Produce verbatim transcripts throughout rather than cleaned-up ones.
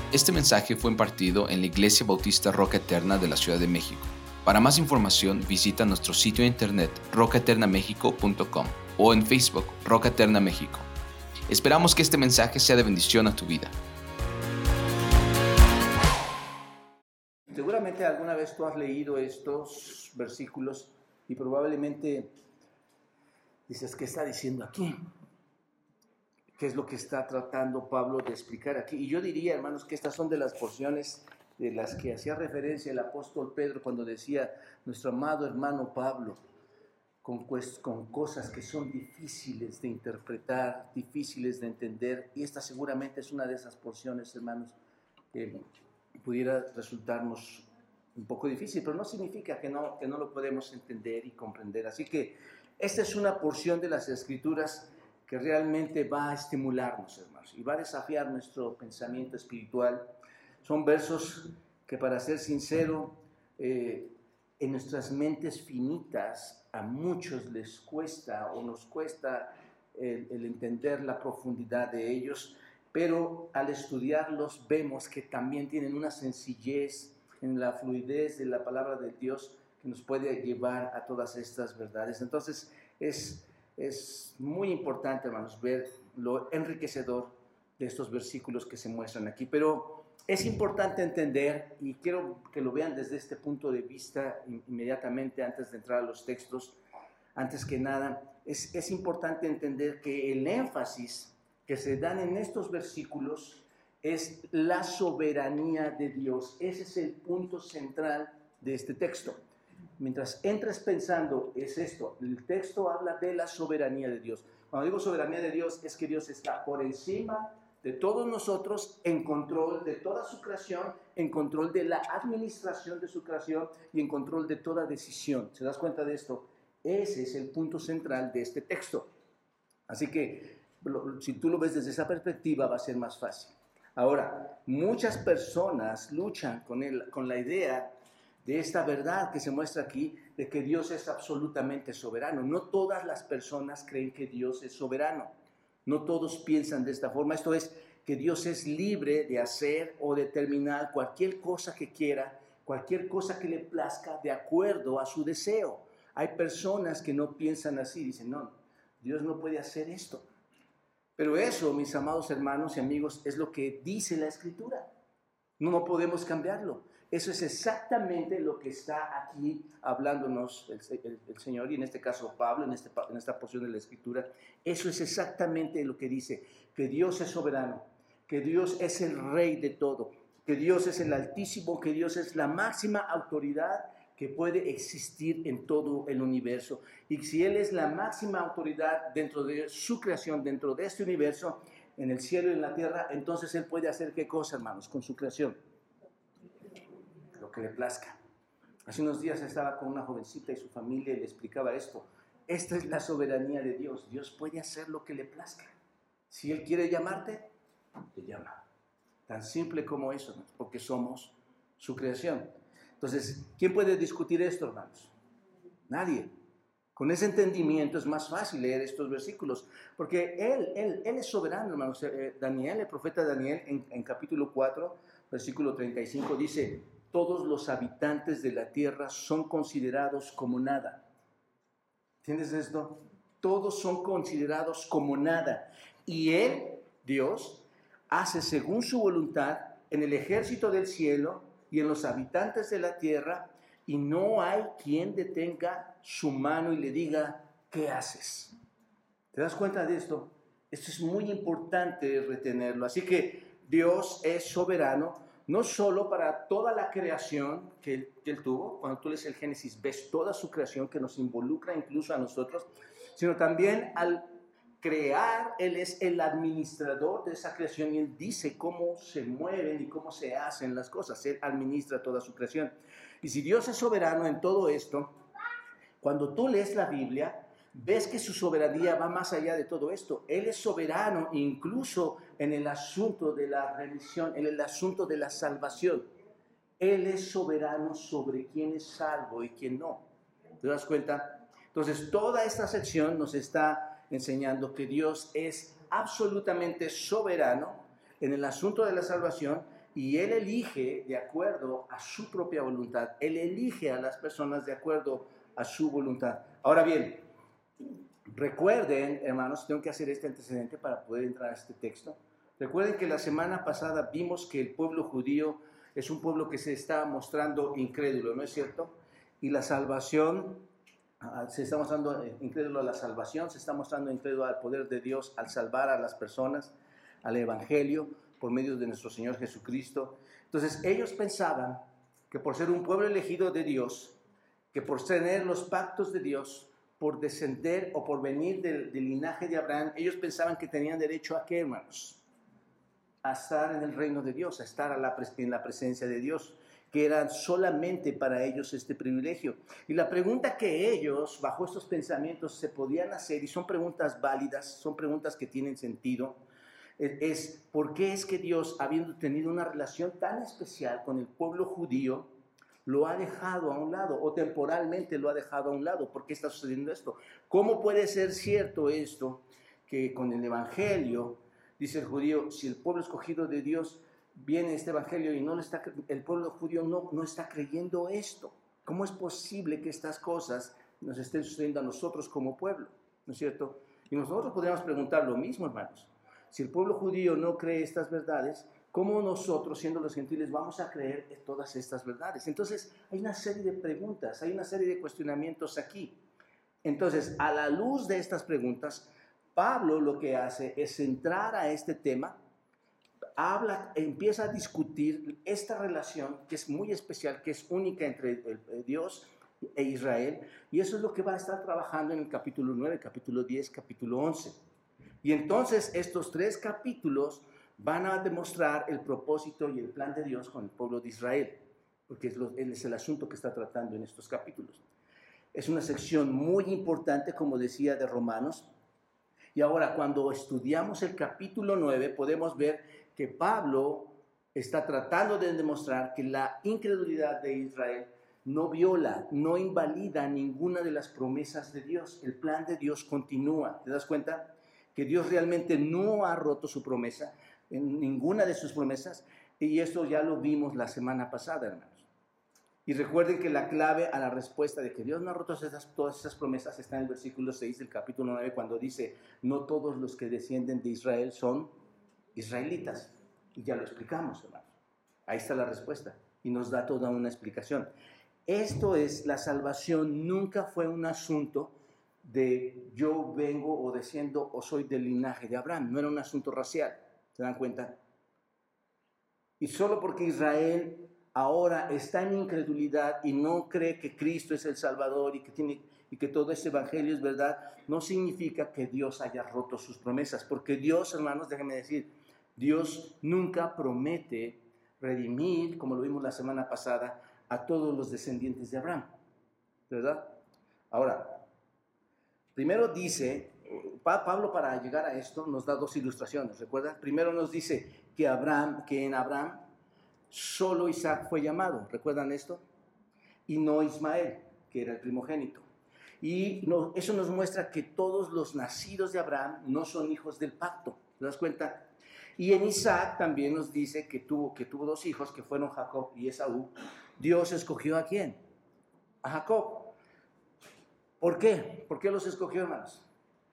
Este mensaje fue impartido en la Iglesia Bautista Roca Eterna de la Ciudad de México. Para más información, visita nuestro sitio de internet roca eterna mexico punto com o en Facebook Roca Eterna México. Esperamos que este mensaje sea de bendición a tu vida. Seguramente alguna vez tú has leído estos versículos y probablemente dices, ¿qué está diciendo aquí? ¿Qué es lo que está tratando Pablo de explicar aquí? Y yo diría, hermanos, que estas son de las porciones de las que hacía referencia el apóstol Pedro cuando decía, nuestro amado hermano Pablo, con, pues, con cosas que son difíciles de interpretar, difíciles de entender, y esta seguramente es una de esas porciones, hermanos, que pudiera resultarnos un poco difícil, pero no significa que no, que no lo podemos entender y comprender. Así que esta es una porción de las Escrituras que realmente va a estimularnos, hermanos, y va a desafiar nuestro pensamiento espiritual. Son versos que, para ser sincero, eh, en nuestras mentes finitas a muchos les cuesta o nos cuesta el, el entender la profundidad de ellos, pero al estudiarlos vemos que también tienen una sencillez en la fluidez de la palabra de Dios que nos puede llevar a todas estas verdades. Entonces es, es muy importante, hermanos, ver lo enriquecedor de estos versículos que se muestran aquí, pero es importante entender, y quiero que lo vean desde este punto de vista inmediatamente antes de entrar a los textos. Antes que nada, es, es importante entender que el énfasis que se dan en estos versículos es la soberanía de Dios. Ese es el punto central de este texto. Mientras entres pensando, es esto, el texto habla de la soberanía de Dios. Cuando digo soberanía de Dios, es que Dios está por encima de todos nosotros, en control de toda su creación, en control de la administración de su creación y en control de toda decisión. ¿Se das cuenta de esto? Ese es el punto central de este texto. Así que, si tú lo ves desde esa perspectiva, va a ser más fácil. Ahora, muchas personas luchan con, el, con la idea de esta verdad que se muestra aquí, de que Dios es absolutamente soberano. No todas las personas creen que Dios es soberano. No todos piensan de esta forma. Esto es, que Dios es libre de hacer o determinar cualquier cosa que quiera, cualquier cosa que le plazca de acuerdo a su deseo. Hay personas que no piensan así, dicen, no, Dios no puede hacer esto. Pero eso, mis amados hermanos y amigos, es lo que dice la Escritura. No, no podemos cambiarlo. Eso es exactamente lo que está aquí hablándonos el, el, el Señor, y en este caso Pablo, en, este, en esta porción de la Escritura. Eso es exactamente lo que dice, que Dios es soberano, que Dios es el Rey de todo, que Dios es el Altísimo, que Dios es la máxima autoridad que puede existir en todo el universo. Y si Él es la máxima autoridad dentro de su creación, dentro de este universo, en el cielo y en la tierra, entonces Él puede hacer ¿qué cosa, hermanos? Con su creación, lo que le plazca. Hace unos días estaba con una jovencita y su familia y le explicaba esto. Esta es la soberanía de Dios. Dios puede hacer lo que le plazca. Si Él quiere llamarte, te llama. Tan simple como eso, ¿no? Porque somos su creación. Entonces, ¿quién puede discutir esto, hermanos? Nadie. Con ese entendimiento es más fácil leer estos versículos, porque Él, Él, Él es soberano, hermanos. Daniel, el profeta Daniel, en, en capítulo cuatro, versículo treinta y cinco, dice, todos los habitantes de la tierra son considerados como nada. ¿Entiendes esto? Todos son considerados como nada. Y Él, Dios, hace según su voluntad en el ejército del cielo y en los habitantes de la tierra, y no hay quien detenga su mano y le diga, ¿qué haces? ¿Te das cuenta de esto? Esto es muy importante retenerlo. Así que Dios es soberano, no solo para toda la creación que él, que él tuvo. Cuando tú lees el Génesis, ves toda su creación que nos involucra incluso a nosotros, sino también al crear. Él es el administrador de esa creación y Él dice cómo se mueven y cómo se hacen las cosas. Él administra toda su creación. Y si Dios es soberano en todo esto, cuando tú lees la Biblia, ves que su soberanía va más allá de todo esto. Él es soberano incluso en el asunto de la remisión, en el asunto de la salvación. Él es soberano sobre quién es salvo y quién no. ¿Te das cuenta? Entonces, toda esta sección nos está enseñando que Dios es absolutamente soberano en el asunto de la salvación y Él elige de acuerdo a su propia voluntad. Él elige a las personas de acuerdo a su voluntad. Ahora bien, recuerden, hermanos, tengo que hacer este antecedente para poder entrar a este texto. Recuerden que la semana pasada vimos que el pueblo judío es un pueblo que se está mostrando incrédulo, ¿no es cierto? Y la salvación, se está mostrando incrédulo a la salvación, se está mostrando incrédulo al poder de Dios, al salvar a las personas, al evangelio, por medio de nuestro Señor Jesucristo. Entonces ellos pensaban que por ser un pueblo elegido de Dios, que por tener los pactos de Dios, por descender o por venir del, del linaje de Abraham, ellos pensaban que tenían derecho a qué, hermanos, a estar en el reino de Dios, a estar a la, en la presencia de Dios, que era solamente para ellos este privilegio. Y la pregunta que ellos, bajo estos pensamientos, se podían hacer, y son preguntas válidas, son preguntas que tienen sentido, es ¿por qué es que Dios, habiendo tenido una relación tan especial con el pueblo judío, lo ha dejado a un lado, o temporalmente lo ha dejado a un lado? ¿Por qué está sucediendo esto? ¿Cómo puede ser cierto esto, que con el evangelio, dice el judío, si el pueblo escogido de Dios viene este evangelio y no lo está, el pueblo judío no, no está creyendo esto? ¿Cómo es posible que estas cosas nos estén sucediendo a nosotros como pueblo? ¿No es cierto? Y nosotros podríamos preguntar lo mismo, hermanos. Si el pueblo judío no cree estas verdades, ¿cómo nosotros, siendo los gentiles, vamos a creer en todas estas verdades? Entonces, hay una serie de preguntas, hay una serie de cuestionamientos aquí. Entonces, a la luz de estas preguntas, Pablo lo que hace es entrar a este tema, habla, empieza a discutir esta relación que es muy especial, que es única entre el, el, Dios e Israel, y eso es lo que va a estar trabajando en el capítulo nueve, capítulo diez, capítulo once. Y entonces estos tres capítulos van a demostrar el propósito y el plan de Dios con el pueblo de Israel, porque es, lo, es el asunto que está tratando en estos capítulos. Es una sección muy importante, como decía, de Romanos. Y ahora, cuando estudiamos el capítulo nueve, podemos ver que Pablo está tratando de demostrar que la incredulidad de Israel no viola, no invalida ninguna de las promesas de Dios. El plan de Dios continúa. ¿Te das cuenta? Que Dios realmente no ha roto su promesa, en ninguna de sus promesas, y esto ya lo vimos la semana pasada, hermanos. Y recuerden que la clave a la respuesta de que Dios no ha roto esas, todas esas promesas está en el versículo seis del capítulo nueve, cuando dice, no todos los que descienden de Israel son israelitas. Y ya lo explicamos, hermanos. Ahí está la respuesta, y nos da toda una explicación. Esto es, la salvación nunca fue un asunto de yo vengo o desciendo o soy del linaje de Abraham. No era un asunto racial, ¿se dan cuenta? Y solo porque Israel ahora está en incredulidad y no cree que Cristo es el Salvador y que, tiene, y que todo este evangelio es verdad, no significa que Dios haya roto sus promesas, porque Dios, hermanos, déjenme decir, Dios nunca promete redimir, como lo vimos la semana pasada, a todos los descendientes de Abraham, ¿verdad? Ahora, primero dice, Pablo para llegar a esto nos da dos ilustraciones, ¿recuerdan? Primero nos dice que, Abraham, que en Abraham solo Isaac fue llamado, ¿recuerdan esto? Y no Ismael, que era el primogénito. Y no, eso nos muestra que todos los nacidos de Abraham no son hijos del pacto, ¿te das cuenta? Y en Isaac también nos dice que tuvo, que tuvo dos hijos, que fueron Jacob y Esaú. Dios escogió ¿a quién? A Jacob. ¿Por qué? ¿Por qué los escogió, hermanos?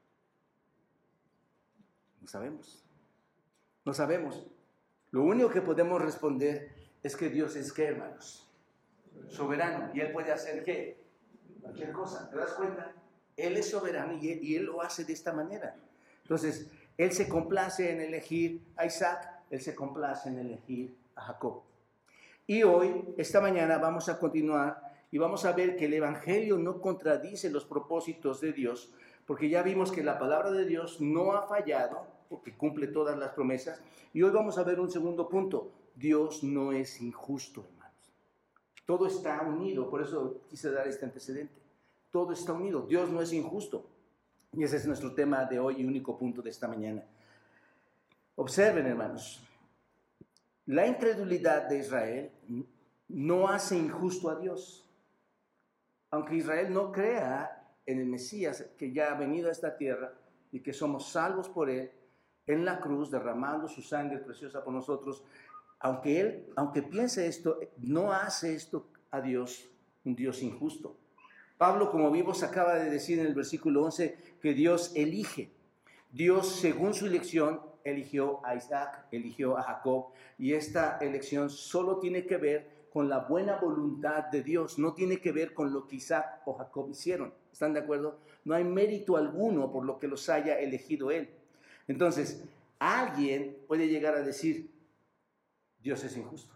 No sabemos. No sabemos. Lo único que podemos responder es que Dios es ¿qué, hermanos? Soberano. ¿Y Él puede hacer qué? Cualquier cosa. ¿Te das cuenta? Él es soberano y Él, y él lo hace de esta manera. Entonces, Él se complace en elegir a Isaac, Él se complace en elegir a Jacob. Y hoy, esta mañana, vamos a continuar y vamos a ver que el Evangelio no contradice los propósitos de Dios, porque ya vimos que la palabra de Dios no ha fallado, porque cumple todas las promesas. Y hoy vamos a ver un segundo punto. Dios no es injusto, hermanos. Todo está unido, por eso quise dar este antecedente. Todo está unido, Dios no es injusto. Y ese es nuestro tema de hoy y único punto de esta mañana. Observen, hermanos, la incredulidad de Israel no hace injusto a Dios. Aunque Israel no crea en el Mesías que ya ha venido a esta tierra y que somos salvos por Él, en la cruz, derramando su sangre preciosa por nosotros, aunque él, aunque piense esto, no hace esto a Dios un Dios injusto. Pablo, como vimos, acaba de decir en el versículo once que Dios elige. Dios, según su elección, eligió a Isaac, eligió a Jacob, y esta elección solo tiene que ver con la buena voluntad de Dios, no tiene que ver con lo que Isaac o Jacob hicieron. ¿Están de acuerdo? No hay mérito alguno por lo que los haya elegido él. Entonces, alguien puede llegar a decir, Dios es injusto,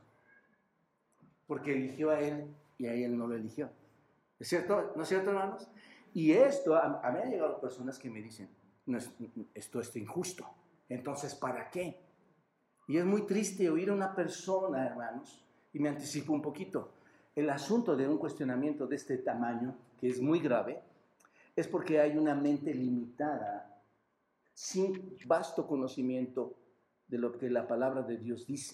porque eligió a él y a él no lo eligió. ¿Es cierto? ¿No es cierto, hermanos? Y esto, a, a mí han llegado personas que me dicen, no, esto es injusto, entonces, ¿para qué? Y es muy triste oír a una persona, hermanos, y me anticipo un poquito. El asunto de un cuestionamiento de este tamaño, que es muy grave, es porque hay una mente limitada, sin vasto conocimiento de lo que la palabra de Dios dice.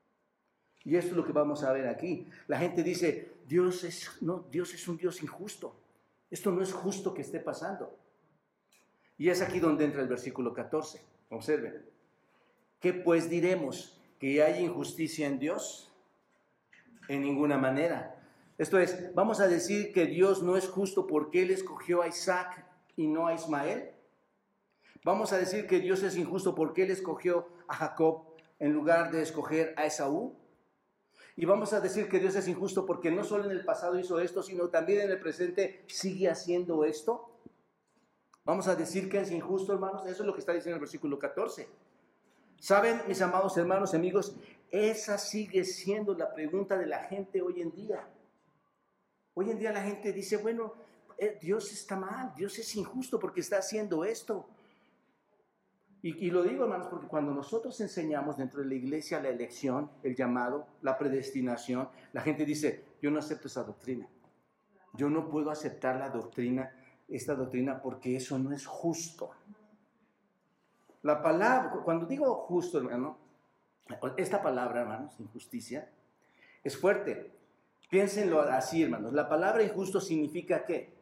Y esto es lo que vamos a ver aquí. La gente dice, Dios es, no, Dios es un Dios injusto. Esto no es justo que esté pasando. Y es aquí donde entra el versículo catorce. Observen. ¿Qué pues diremos? ¿Que hay injusticia en Dios? En ninguna manera. Esto es, ¿vamos a decir que Dios no es justo porque Él escogió a Isaac y no a Ismael? ¿Vamos a decir que Dios es injusto porque Él escogió a Jacob en lugar de escoger a Esaú? Y vamos a decir que Dios es injusto porque no solo en el pasado hizo esto, sino también en el presente sigue haciendo esto. Vamos a decir que es injusto, hermanos. Eso es lo que está diciendo el versículo catorce. ¿Saben, mis amados hermanos, amigos? Esa sigue siendo la pregunta de la gente hoy en día. Hoy en día la gente dice, bueno, eh, Dios está mal, Dios es injusto porque está haciendo esto. Y, y lo digo, hermanos, porque cuando nosotros enseñamos dentro de la iglesia la elección, el llamado, la predestinación, la gente dice, yo no acepto esa doctrina. Yo no puedo aceptar la doctrina, esta doctrina, porque eso no es justo. La palabra, cuando digo justo, hermano, esta palabra, hermanos, injusticia, es fuerte. Piénsenlo así, hermanos. La palabra injusto significa ¿qué?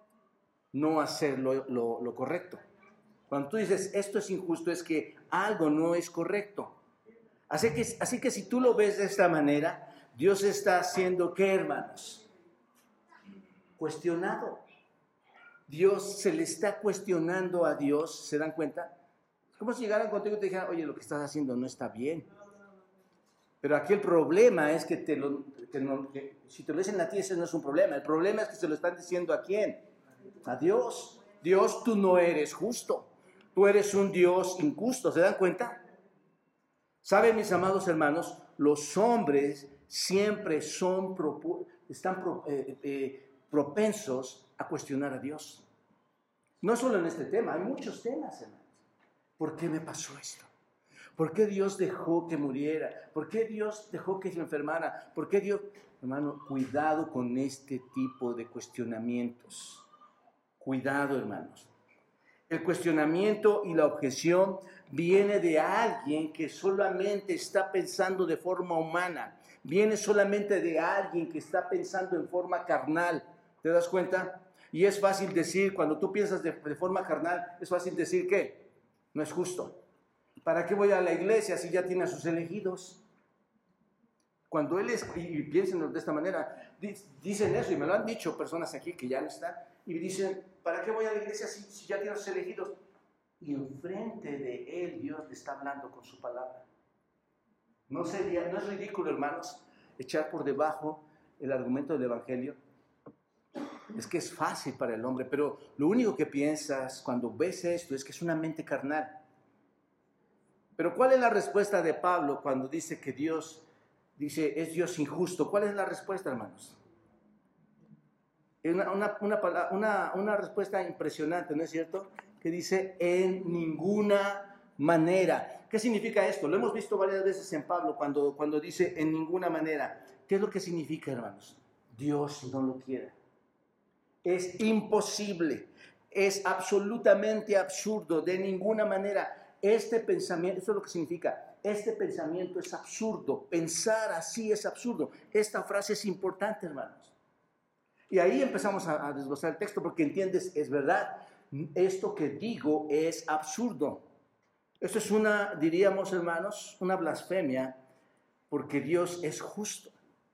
No hacer lo, lo, lo correcto. Cuando tú dices, esto es injusto, es que algo no es correcto. Así que, así que si tú lo ves de esta manera, Dios está haciendo ¿qué, hermanos? Cuestionado. Dios se le está cuestionando a Dios, ¿se dan cuenta? Es como si llegaran contigo y te dijeran, oye, lo que estás haciendo no está bien. Pero aquí el problema es que, te lo, que no, que si te lo dicen a ti, ese no es un problema. El problema es que se lo están diciendo ¿a quién? A Dios. Dios, tú no eres justo. Tú eres un Dios injusto. ¿Se dan cuenta? ¿Saben, mis amados hermanos? Los hombres siempre son, están pro, eh, eh, propensos a cuestionar a Dios. No solo en este tema, hay muchos temas, hermanos. ¿Por qué me pasó esto? ¿Por qué Dios dejó que muriera? ¿Por qué Dios dejó que se enfermara? ¿Por qué Dios? Hermano, cuidado con este tipo de cuestionamientos. Cuidado, hermanos. El cuestionamiento y la objeción viene de alguien que solamente está pensando de forma humana. Viene solamente de alguien que está pensando en forma carnal. ¿Te das cuenta? Y es fácil decir, cuando tú piensas de, de forma carnal, es fácil decir que no es justo. ¿Para qué voy a la iglesia si ya tiene a sus elegidos? Cuando él es, y piensen de esta manera, dicen eso, y me lo han dicho personas aquí que ya no están, y dicen, ¿para qué voy a la iglesia si, si ya tiene a sus elegidos? Y enfrente de él Dios le está hablando con su palabra. No sería, no es ridículo, hermanos, echar por debajo el argumento del evangelio. Es que es fácil para el hombre, pero lo único que piensas cuando ves esto es que es una mente carnal. Pero ¿cuál es la respuesta de Pablo cuando dice que Dios, dice, es Dios injusto? ¿Cuál es la respuesta, hermanos? Una, una, una, una, una respuesta impresionante, ¿no es cierto? Que dice, en ninguna manera. ¿Qué significa esto? Lo hemos visto varias veces en Pablo cuando, cuando dice, en ninguna manera. ¿Qué es lo que significa, hermanos? Dios no lo quiere. Es imposible, es absolutamente absurdo, de ninguna manera. Este pensamiento, eso es lo que significa, este pensamiento es absurdo, pensar así es absurdo. Esta frase es importante, hermanos. Y ahí empezamos a, a desglosar el texto porque entiendes, es verdad, esto que digo es absurdo. Esto es una, diríamos, hermanos, una blasfemia porque Dios es justo.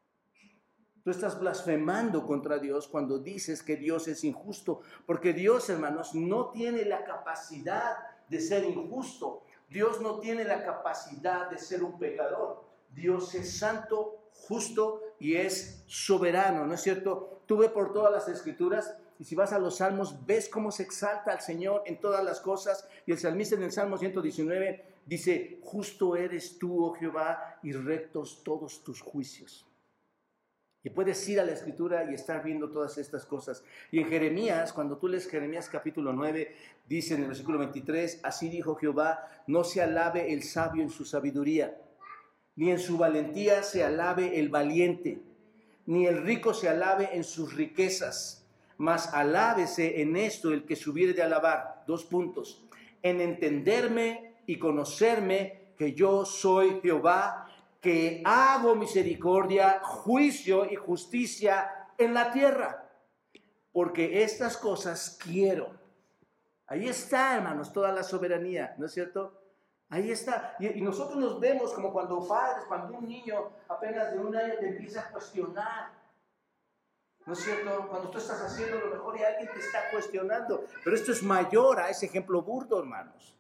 Tú estás blasfemando contra Dios cuando dices que Dios es injusto, porque Dios, hermanos, no tiene la capacidad de ser injusto. Dios no tiene la capacidad de ser un pecador. Dios es santo, justo y es soberano, ¿no es cierto? Tú ve por todas las escrituras y si vas a los salmos ves cómo se exalta al Señor en todas las cosas. Y el salmista en el Salmo ciento diecinueve dice: justo eres tú, oh Jehová, y rectos todos tus juicios. Y puedes ir a la escritura y estar viendo todas estas cosas. Y en Jeremías, cuando tú lees Jeremías capítulo nueve, dice en el versículo veintitrés: así dijo Jehová, no se alabe el sabio en su sabiduría, ni en su valentía se alabe el valiente, ni el rico se alabe en sus riquezas, mas alábese en esto el que se hubiere de alabar. Dos puntos: en entenderme y conocerme que yo soy Jehová, que hago misericordia, juicio y justicia en la tierra, porque estas cosas quiero. Ahí está, hermanos, toda la soberanía, ¿no es cierto? Ahí está. Y, y nosotros nos vemos como cuando padres, cuando un niño apenas de un año te empieza a cuestionar, ¿no es cierto? Cuando tú estás haciendo lo mejor y alguien te está cuestionando. Pero esto es mayor a ese ejemplo burdo, hermanos.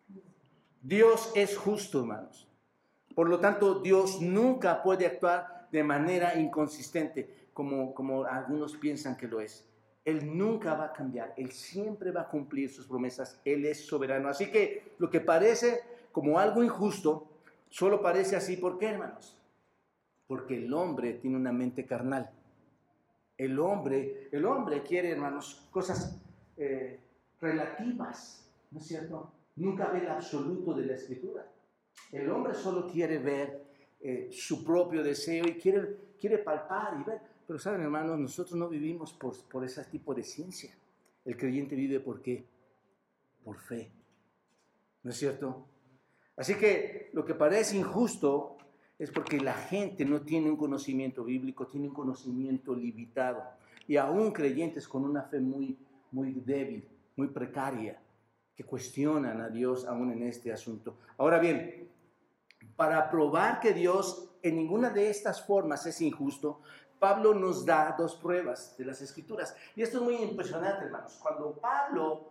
Dios es justo, hermanos. Por lo tanto, Dios nunca puede actuar de manera inconsistente, como, como algunos piensan que lo es. Él nunca va a cambiar, Él siempre va a cumplir sus promesas, Él es soberano. Así que lo que parece como algo injusto, solo parece así. ¿Por qué, hermanos? Porque el hombre tiene una mente carnal. El hombre, el hombre quiere, hermanos, cosas eh, relativas, ¿no es cierto? Nunca ve el absoluto de la Escritura. El hombre solo quiere ver eh, su propio deseo y quiere, quiere palpar y ver. Pero saben, hermanos, nosotros no vivimos por, por ese tipo de ciencia. El creyente vive ¿por qué? Por fe. ¿No es cierto? Así que lo que parece injusto es porque la gente no tiene un conocimiento bíblico, tiene un conocimiento limitado. Y aún creyentes con una fe muy, muy débil, muy precaria, que cuestionan a Dios aún en este asunto. Ahora bien, para probar que Dios en ninguna de estas formas es injusto, Pablo nos da dos pruebas de las Escrituras. Y esto es muy impresionante, hermanos. Cuando Pablo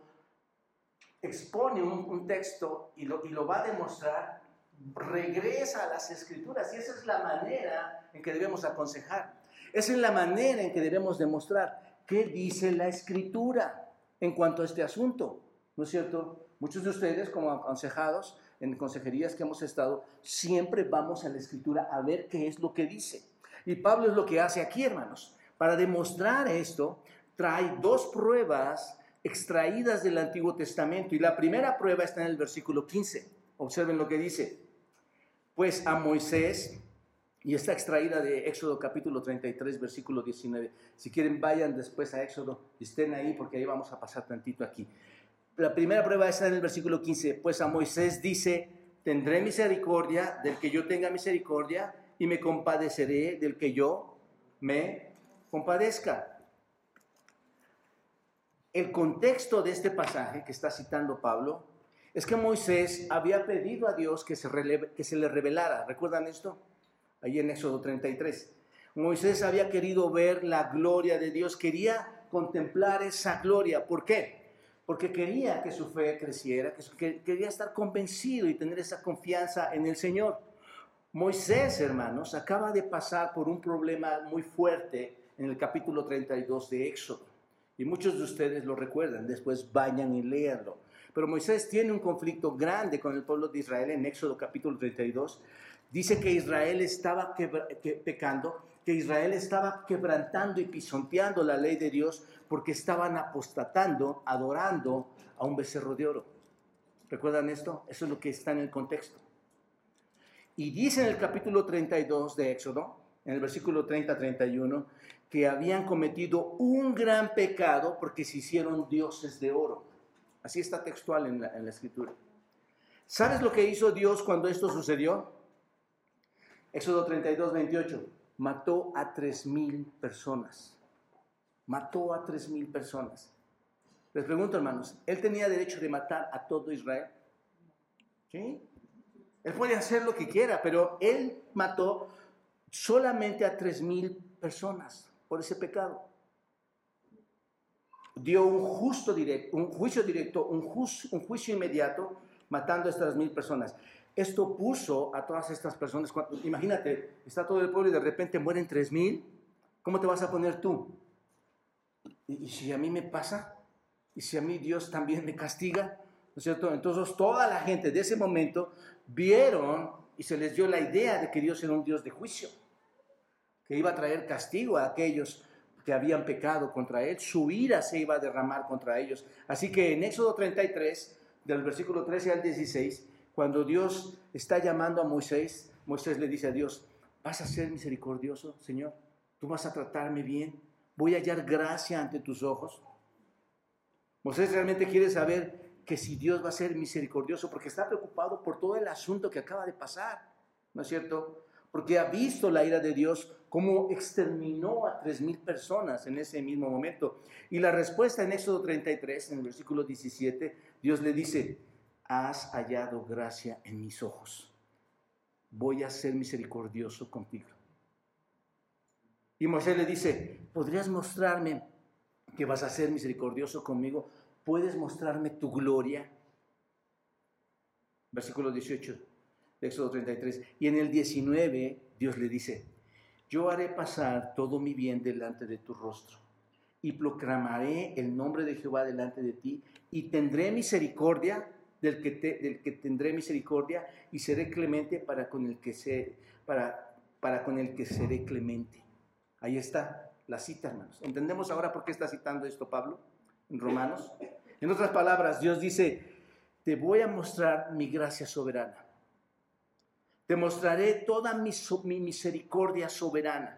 expone un, un texto y lo, y lo va a demostrar, regresa a las Escrituras. Y esa es la manera en que debemos aconsejar. Esa es la manera en que debemos demostrar qué dice la Escritura en cuanto a este asunto. ¿No es cierto? Muchos de ustedes, como aconsejados en consejerías que hemos estado, siempre vamos a la Escritura a ver qué es lo que dice. Y Pablo es lo que hace aquí, hermanos. Para demostrar esto, trae dos pruebas extraídas del Antiguo Testamento. Y la primera prueba está en el versículo quince. Observen lo que dice. Pues a Moisés, y está extraída de Éxodo capítulo treinta y tres, versículo diecinueve. Si quieren, vayan después a Éxodo y estén ahí, porque ahí vamos a pasar tantito aquí. La primera prueba está en el versículo quince. Pues a Moisés dice: tendré misericordia del que yo tenga misericordia, y me compadeceré del que yo me compadezca. El contexto de este pasaje que está citando Pablo es que Moisés había pedido a Dios que se, releve, que se le revelara. ¿Recuerdan esto? Ahí en Éxodo treinta y tres. Moisés había querido ver la gloria de Dios, quería contemplar esa gloria. ¿Por qué? Porque quería que su fe creciera, que quería estar convencido y tener esa confianza en el Señor. Moisés, hermanos, acaba de pasar por un problema muy fuerte en el capítulo treinta y dos de Éxodo. Y muchos de ustedes lo recuerdan, después vayan y léanlo. Pero Moisés tiene un conflicto grande con el pueblo de Israel en Éxodo capítulo treinta y dos. Dice que Israel estaba quebra, que, pecando, que Israel estaba quebrantando y pisoteando la ley de Dios porque estaban apostatando, adorando a un becerro de oro. ¿Recuerdan esto? Eso es lo que está en el contexto. Y dice en el capítulo treinta y dos de Éxodo, en el versículo treinta a treinta y uno, que habían cometido un gran pecado porque se hicieron dioses de oro. Así está textual en la, en la Escritura. ¿Sabes lo que hizo Dios cuando esto sucedió? Éxodo treinta y dos, veintiocho. Mató a tres mil personas. Mató a tres mil personas. Les pregunto, hermanos, ¿él tenía derecho de matar a todo Israel? ¿Sí? Él puede hacer lo que quiera, pero Él mató solamente a tres mil personas por ese pecado. Dio un, justo directo, un juicio directo, un, just, un juicio inmediato, matando a estas mil personas. Esto puso a todas estas personas, imagínate, está todo el pueblo y de repente mueren tres mil, ¿cómo te vas a poner tú? ¿Y, y si a mí me pasa? ¿Y si a mí Dios también me castiga? ¿No es cierto? Entonces toda la gente de ese momento vieron y se les dio la idea de que Dios era un Dios de juicio, que iba a traer castigo a aquellos que habían pecado contra Él, su ira se iba a derramar contra ellos. Así que en Éxodo treinta y tres, del versículo trece al dieciséis, cuando Dios está llamando a Moisés, Moisés le dice a Dios, ¿vas a ser misericordioso, Señor? ¿Tú vas a tratarme bien? ¿Voy a hallar gracia ante tus ojos? Moisés realmente quiere saber que si Dios va a ser misericordioso, porque está preocupado por todo el asunto que acaba de pasar, ¿no es cierto? Porque ha visto la ira de Dios, cómo exterminó a tres mil personas en ese mismo momento. Y la respuesta en Éxodo treinta y tres, en el versículo diecisiete, Dios le dice, has hallado gracia en mis ojos, voy a ser misericordioso contigo. Y Moisés le dice, ¿podrías mostrarme que vas a ser misericordioso conmigo? ¿Puedes mostrarme tu gloria? Versículo dieciocho de Éxodo treinta y tres. Y en el diecinueve Dios le dice, yo haré pasar todo mi bien delante de tu rostro y proclamaré el nombre de Jehová delante de ti y tendré misericordia del que, te, del que tendré misericordia y seré clemente para con el que se, para, para con el que seré clemente. Ahí está la cita, hermanos. ¿Entendemos ahora por qué está citando esto Pablo en Romanos? En otras palabras, Dios dice, te voy a mostrar mi gracia soberana. Te mostraré toda mi, mi misericordia soberana.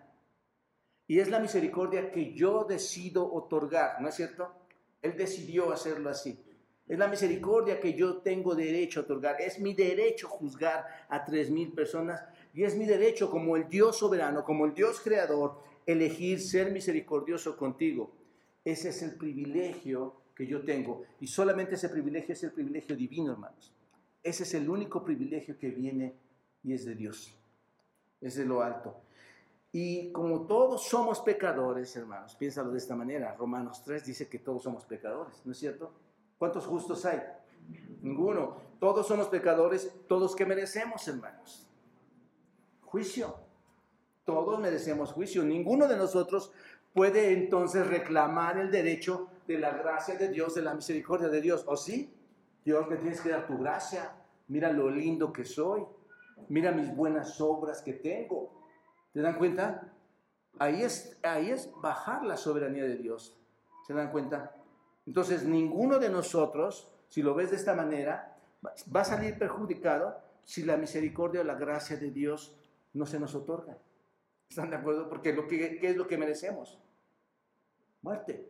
Y es la misericordia que yo decido otorgar, ¿no es cierto? Él decidió hacerlo así. Es la misericordia que yo tengo derecho a otorgar. Es mi derecho juzgar a tres mil personas. Y es mi derecho como el Dios soberano, como el Dios creador, elegir ser misericordioso contigo. Ese es el privilegio que yo tengo. Y solamente ese privilegio es el privilegio divino, hermanos. Ese es el único privilegio que viene y es de Dios. Es de lo alto. Y como todos somos pecadores, hermanos, piénsalo de esta manera. Romanos tres dice que todos somos pecadores, ¿no es cierto? ¿Cuántos justos hay? Ninguno. Todos somos pecadores, todos que merecemos, hermanos. Juicio. Todos merecemos juicio. Ninguno de nosotros puede entonces reclamar el derecho de la gracia de Dios, de la misericordia de Dios. ¿O sí? Dios, me tienes que dar tu gracia. Mira lo lindo que soy. Mira mis buenas obras que tengo. ¿Te dan cuenta? Ahí es, ahí es bajar la soberanía de Dios. ¿Se dan cuenta? Entonces, ninguno de nosotros, si lo ves de esta manera, va a salir perjudicado si la misericordia o la gracia de Dios no se nos otorga. ¿Están de acuerdo? Porque lo que, ¿qué es lo que merecemos? Muerte.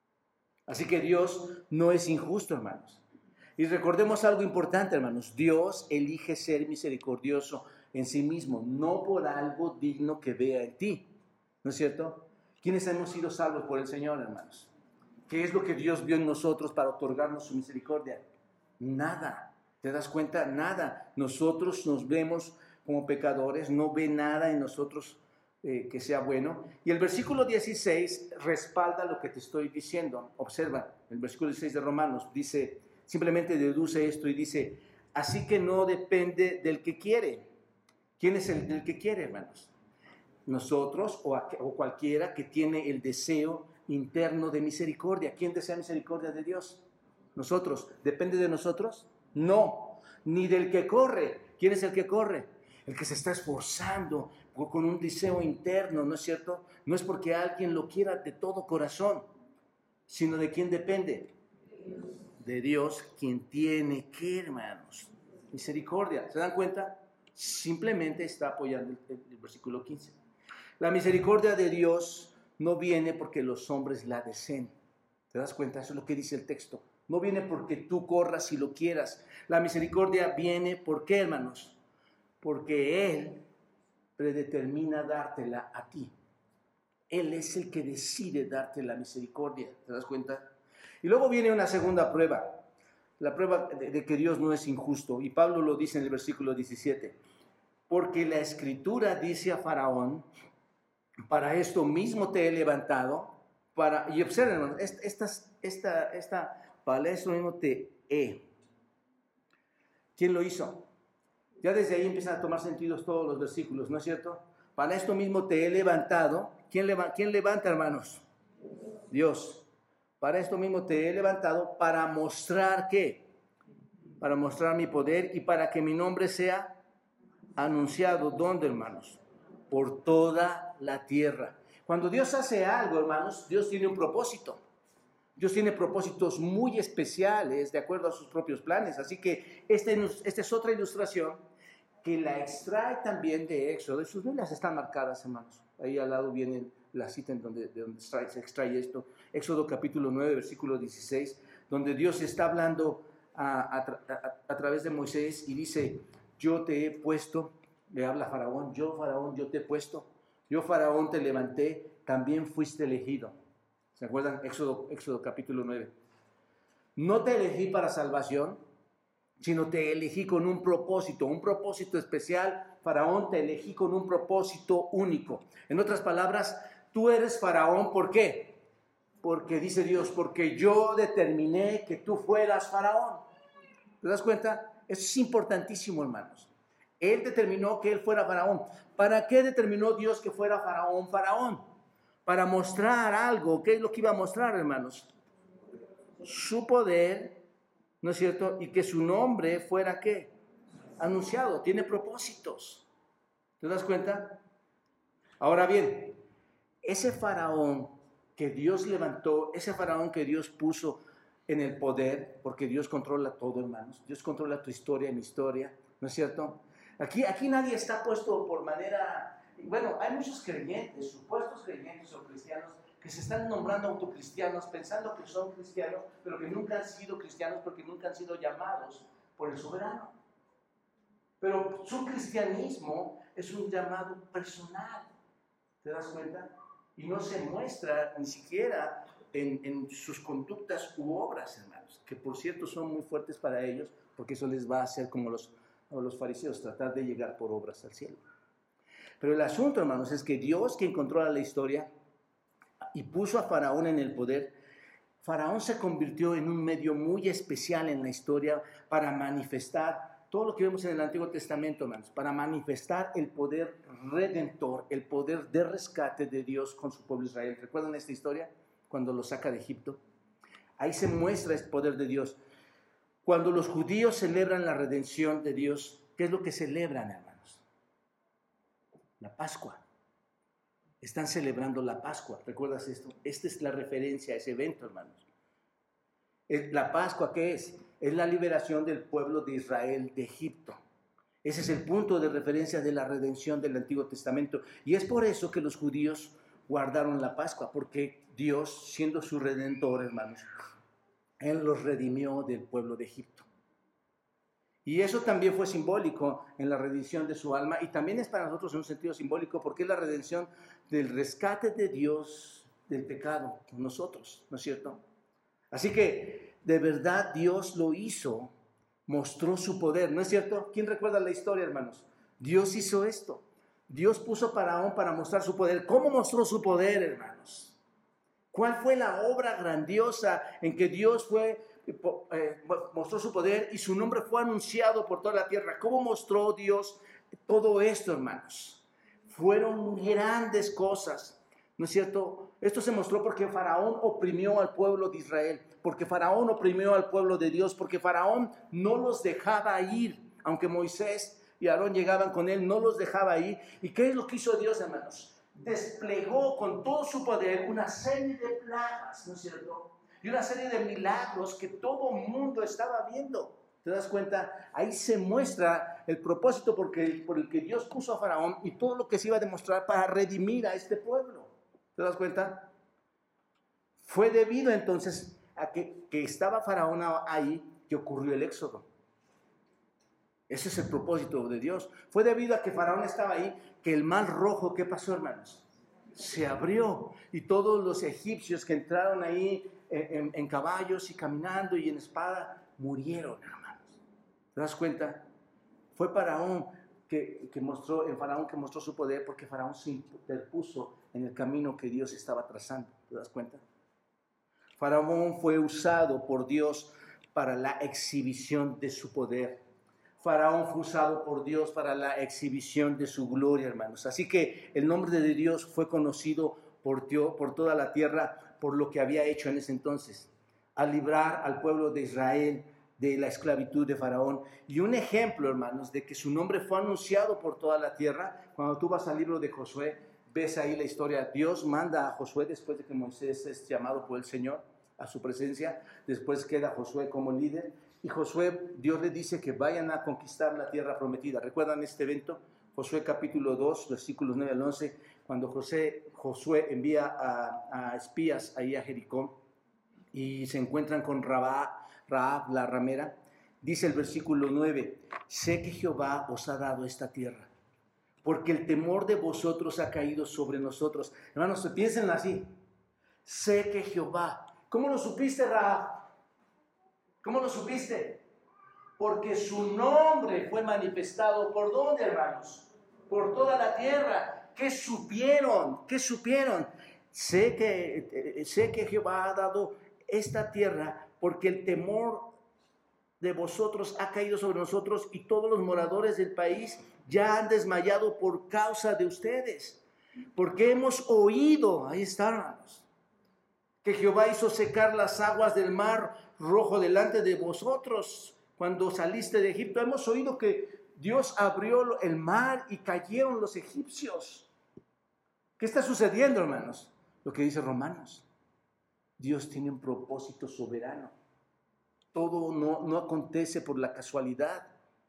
Así que Dios no es injusto, hermanos. Y recordemos algo importante, hermanos. Dios elige ser misericordioso en sí mismo, no por algo digno que vea en ti. ¿No es cierto? ¿Quiénes hemos sido salvos por el Señor, hermanos? ¿Qué es lo que Dios vio en nosotros para otorgarnos su misericordia? Nada. ¿Te das cuenta? Nada. Nosotros nos vemos como pecadores, no ve nada en nosotros eh, que sea bueno. Y el versículo dieciséis respalda lo que te estoy diciendo. Observa, el versículo dieciséis de Romanos dice, simplemente deduce esto y dice, así que no depende del que quiere. ¿Quién es el, el que quiere, hermanos? Nosotros o, a, o cualquiera que tiene el deseo interno de misericordia. ¿Quién desea misericordia de Dios? Nosotros. ¿Depende de nosotros? No. Ni del que corre. ¿Quién es el que corre? El que se está esforzando con un deseo interno, ¿no es cierto? No es porque alguien lo quiera de todo corazón, sino de quién depende. De Dios, quien tiene que, hermanos, misericordia. ¿Se dan cuenta? Simplemente está apoyando el, el versículo quince. La misericordia de Dios no viene porque los hombres la deseen. ¿Te das cuenta? Eso es lo que dice el texto. No viene porque tú corras y lo quieras. La misericordia viene, ¿por qué, hermanos? Porque Él predetermina dártela a ti. Él es el que decide darte la misericordia. ¿Te das cuenta? Y luego viene una segunda prueba. la prueba de, de que Dios no es injusto. Y Pablo lo dice en el versículo diecisiete. Porque la Escritura dice a Faraón, para esto mismo te he levantado, para, y observen, hermanos, esta, esta, esta, para esto mismo te he. ¿Quién lo hizo? Ya desde ahí empiezan a tomar sentidos todos los versículos, ¿no es cierto? Para esto mismo te he levantado. ¿Quién, leva, ¿quién levanta, hermanos? Dios. Para esto mismo te he levantado para mostrar, ¿qué? Para mostrar mi poder y para que mi nombre sea anunciado. ¿Dónde, hermanos? Por toda la tierra. Cuando Dios hace algo, hermanos, Dios tiene un propósito. Dios tiene propósitos muy especiales de acuerdo a sus propios planes. Así que esta este es otra ilustración que la extrae también de Éxodo. Sus Biblias están marcadas, hermanos. Ahí al lado viene la cita en donde, de donde se extrae esto. Éxodo capítulo nueve, versículo dieciséis, donde Dios está hablando a, a, a, a través de Moisés y dice, yo te he puesto, le habla a Faraón, yo Faraón, yo te he puesto, yo Faraón te levanté, también fuiste elegido. ¿Se acuerdan? Éxodo, Éxodo capítulo nueve. No te elegí para salvación, sino te elegí con un propósito, un propósito especial. Faraón, te elegí con un propósito único. En otras palabras, tú eres Faraón, ¿por qué? Porque dice Dios, porque yo determiné que tú fueras Faraón. ¿Te das cuenta? Eso es importantísimo, hermanos. Él determinó que él fuera Faraón. ¿Para qué determinó Dios que fuera Faraón, Faraón? Para mostrar algo. ¿Qué es lo que iba a mostrar, hermanos? Su poder, ¿no es cierto? Y que su nombre fuera, ¿qué? Anunciado. Tiene propósitos. ¿Te das cuenta? Ahora bien, ese Faraón que Dios levantó, ese Faraón que Dios puso en el poder, porque Dios controla todo, hermanos. Dios controla tu historia y mi historia, ¿no es cierto? Aquí, aquí nadie está puesto por manera... Bueno, hay muchos creyentes, supuestos creyentes o cristianos, que se están nombrando autocristianos, pensando que son cristianos, pero que nunca han sido cristianos porque nunca han sido llamados por el soberano. Pero su cristianismo es un llamado personal, ¿te das cuenta? Y no se muestra ni siquiera en, en sus conductas u obras, hermanos, que por cierto son muy fuertes para ellos, porque eso les va a hacer como los, como los fariseos, tratar de llegar por obras al cielo. Pero el asunto, hermanos, es que Dios, quien controla la historia y puso a Faraón en el poder, Faraón se convirtió en un medio muy especial en la historia para manifestar todo lo que vemos en el Antiguo Testamento, hermanos, para manifestar el poder redentor, el poder de rescate de Dios con su pueblo Israel. ¿Recuerdan esta historia? Cuando lo saca de Egipto. Ahí se muestra el poder de Dios. Cuando los judíos celebran la redención de Dios, ¿qué es lo que celebran, hermanos? La Pascua. Están celebrando la Pascua. ¿Recuerdas esto? Esta es la referencia a ese evento, hermanos. La Pascua, ¿qué es? Es la liberación del pueblo de Israel de Egipto. Ese es el punto de referencia de la redención del Antiguo Testamento. Y es por eso que los judíos guardaron la Pascua, porque Dios, siendo su redentor, hermanos, Él los redimió del pueblo de Egipto. Y eso también fue simbólico en la redención de su alma, y también es para nosotros en un sentido simbólico, porque es la redención del rescate de Dios del pecado con nosotros, ¿no es cierto? Así que de verdad Dios lo hizo, mostró su poder, ¿no es cierto? ¿Quién recuerda la historia, hermanos? Dios hizo esto. Dios puso a Faraón para mostrar su poder. ¿Cómo mostró su poder, hermanos? ¿Cuál fue la obra grandiosa en que Dios fue, eh, mostró su poder y su nombre fue anunciado por toda la tierra? ¿Cómo mostró Dios todo esto, hermanos? Fueron grandes cosas, ¿no es cierto? Esto se mostró porque Faraón oprimió al pueblo de Israel, porque Faraón oprimió al pueblo de Dios, porque Faraón no los dejaba ir, aunque Moisés y Aarón llegaban con él, no los dejaba ir. ¿Y qué es lo que hizo Dios, hermanos? Desplegó con todo su poder una serie de plagas, ¿no es cierto? Y una serie de milagros que todo el mundo estaba viendo. ¿Te das cuenta? Ahí se muestra el propósito porque, por el que Dios puso a Faraón y todo lo que se iba a demostrar para redimir a este pueblo. ¿Te das cuenta? Fue debido entonces a que, que estaba Faraón ahí que ocurrió el éxodo. Ese es el propósito de Dios. Fue debido a que Faraón estaba ahí que el mar rojo, ¿qué pasó, hermanos? Se abrió y todos los egipcios que entraron ahí en, en, en caballos y caminando y en espada, murieron, hermanos. ¿Te das cuenta? Fue Faraón que, que mostró, el Faraón que mostró su poder, porque Faraón se interpuso en el camino que Dios estaba trazando. ¿Te das cuenta? Faraón fue usado por Dios para la exhibición de su poder. Faraón fue usado por Dios para la exhibición de su gloria, hermanos. Así que el nombre de Dios fue conocido por Dios, por toda la tierra, por lo que había hecho en ese entonces, al librar al pueblo de Israel de la esclavitud de Faraón. Y un ejemplo, hermanos, de que su nombre fue anunciado por toda la tierra. Cuando tú vas al libro de Josué, ves ahí la historia. Dios manda a Josué después de que Moisés es llamado por el Señor a su presencia. Después queda Josué como líder. Y Josué, Dios le dice que vayan a conquistar la tierra prometida. ¿Recuerdan este evento? Josué capítulo dos, versículos nueve al once, cuando José, Josué envía a, a espías ahí a Jericó y se encuentran con Rahab, Rahab, la ramera. Dice el versículo nueve, sé que Jehová os ha dado esta tierra, porque el temor de vosotros ha caído sobre nosotros. Hermanos, piensen así. Sé que Jehová. ¿Cómo lo supiste, Rahab? ¿Cómo lo supiste? Porque su nombre fue manifestado. ¿Por dónde, hermanos? Por toda la tierra. ¿Qué supieron? ¿Qué supieron? Sé que, sé que Jehová ha dado esta tierra porque el temor de vosotros ha caído sobre nosotros y todos los moradores del país ya han desmayado por causa de ustedes. Porque hemos oído, ahí está, hermanos, que Jehová hizo secar las aguas del mar rojo delante de vosotros cuando saliste de Egipto. Hemos oído que Dios abrió el mar y cayeron los egipcios. ¿Qué está sucediendo, hermanos? Lo que dice Romanos. Dios tiene un propósito soberano. Todo no, no acontece por la casualidad.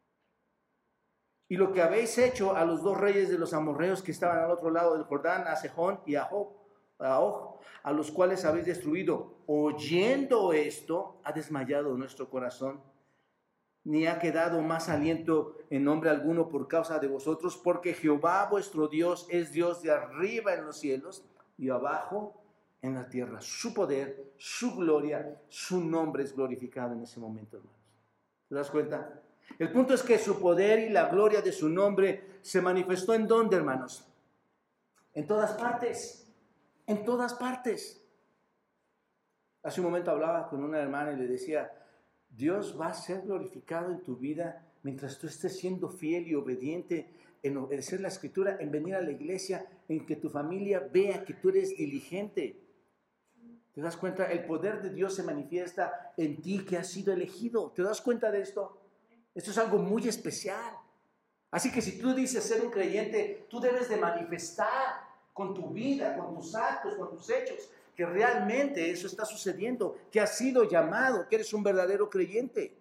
Y lo que habéis hecho a los dos reyes de los amorreos que estaban al otro lado del Jordán, a Sejón y a Og, a Og, a los cuales habéis destruido, oyendo esto, ha desmayado nuestro corazón, ni ha quedado más aliento en nombre alguno por causa de vosotros, porque Jehová vuestro Dios es Dios de arriba en los cielos y abajo en la tierra. Su poder, su gloria, su nombre es glorificado en ese momento, hermanos. ¿Te das cuenta? El punto es que su poder y la gloria de su nombre se manifestó ¿en dónde, hermanos? En todas partes. En todas partes. Hace un momento hablaba con una hermana y le decía, Dios va a ser glorificado en tu vida mientras tú estés siendo fiel y obediente en obedecer la Escritura, en venir a la iglesia, en que tu familia vea que tú eres diligente. ¿Te das cuenta? El poder de Dios se manifiesta en ti que has sido elegido. ¿Te das cuenta de esto? Esto es algo muy especial. Así que si tú dices ser un creyente, tú debes de manifestar con tu vida, con tus actos, con tus hechos, que realmente eso está sucediendo, que has sido llamado, que eres un verdadero creyente.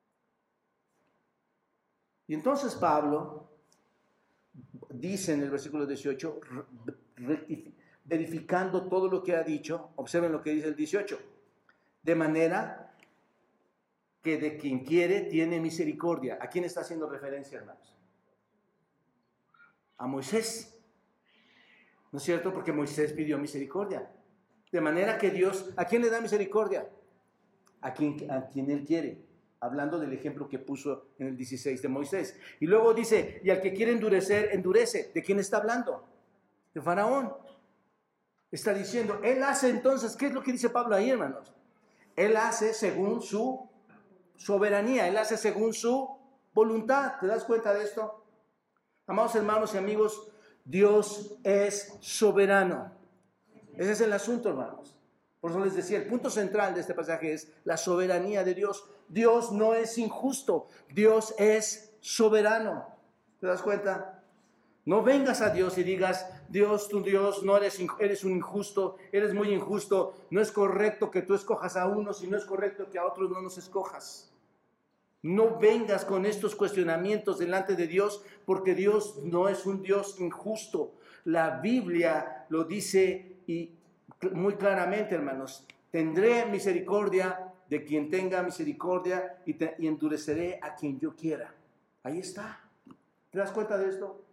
Y entonces Pablo dice en el versículo dieciocho, verificando todo lo que ha dicho, observen lo que dice el dieciocho, de manera que de quien quiere tiene misericordia. ¿A quién está haciendo referencia, hermanos? A Moisés. ¿No es cierto? Porque Moisés pidió misericordia. De manera que Dios, ¿a quién le da misericordia? A quien, a quien Él quiere. Hablando del ejemplo que puso en el dieciséis de Moisés. Y luego dice, y al que quiere endurecer, endurece. ¿De quién está hablando? De Faraón. Está diciendo, Él hace entonces, ¿qué es lo que dice Pablo ahí, hermanos? Él hace según su soberanía. Él hace según su voluntad. ¿Te das cuenta de esto? Amados hermanos y amigos, Dios es soberano. Ese es el asunto, hermanos. Por eso les decía, el punto central de este pasaje es la soberanía de Dios. Dios no es injusto, Dios es soberano. ¿Te das cuenta? No vengas a Dios y digas, Dios, tu Dios, no eres, eres un injusto, eres muy injusto, no es correcto que tú escojas a unos y no es correcto que a otros no nos escojas. No vengas con estos cuestionamientos delante de Dios, porque Dios no es un Dios injusto. La Biblia lo dice y muy claramente, hermanos. Tendré misericordia de quien tenga misericordia y, te, y endureceré a quien yo quiera. Ahí está. ¿Te das cuenta de esto?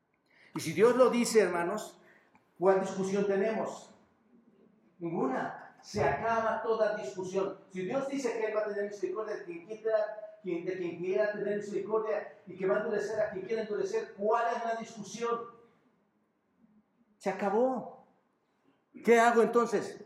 Y si Dios lo dice, hermanos, ¿cuál discusión tenemos? Ninguna. Se acaba toda discusión. Si Dios dice que Él va a tener misericordia de quien quiera, quien, de quien quiera tener misericordia y que va a endurecer a quien quiera endurecer, ¿cuál es la discusión? Se acabó. ¿Qué hago entonces?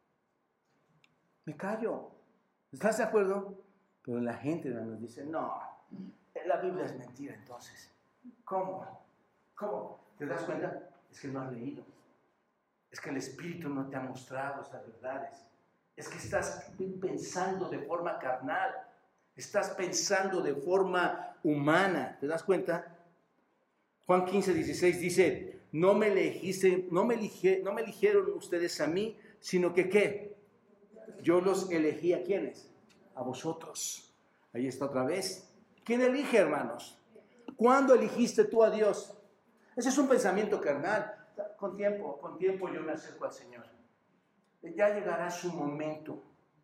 Me callo. ¿Estás de acuerdo? Pero la gente nos dice, no, la Biblia es mentira entonces. ¿Cómo? ¿Cómo? ¿Te das cuenta? Es que no has leído. Es que el Espíritu no te ha mostrado estas verdades. Es que estás pensando de forma carnal. Estás pensando de forma humana. ¿Te das cuenta? Juan quince, dieciséis dice, no me elegiste, no me, elige, no me eligieron ustedes a mí, sino que ¿qué? Yo los elegí ¿a quiénes? A vosotros. Ahí está otra vez. ¿Quién elige, hermanos? ¿Cuándo eligiste tú a Dios? Ese es un pensamiento carnal. Con tiempo, con tiempo yo me acerco al Señor. Ya llegará su momento.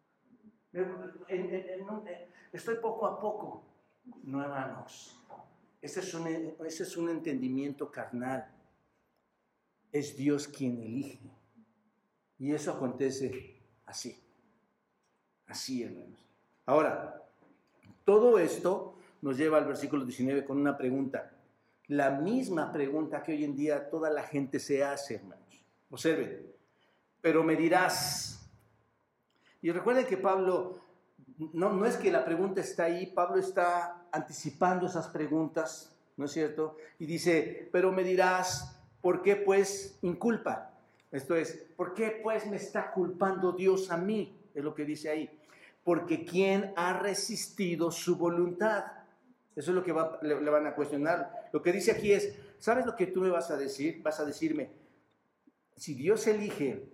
En, en, en un, estoy poco a poco. No, hermanos. Ese es, un, ese es un entendimiento carnal. Es Dios quien elige. Y eso acontece así. Así, hermanos. Ahora, todo esto nos lleva al versículo diecinueve con una pregunta. La misma pregunta que hoy en día toda la gente se hace, hermanos. Observen. Pero me dirás. Y recuerden que Pablo, no, no es que la pregunta está ahí, Pablo está anticipando esas preguntas, ¿no es cierto? Y dice, pero me dirás, ¿por qué pues inculpa? Esto es, ¿por qué pues me está culpando Dios a mí? Es lo que dice ahí. Porque ¿quién ha resistido su voluntad? Eso es lo que va, le, le van a cuestionar. Lo que dice aquí es, ¿sabes lo que tú me vas a decir? Vas a decirme, si Dios elige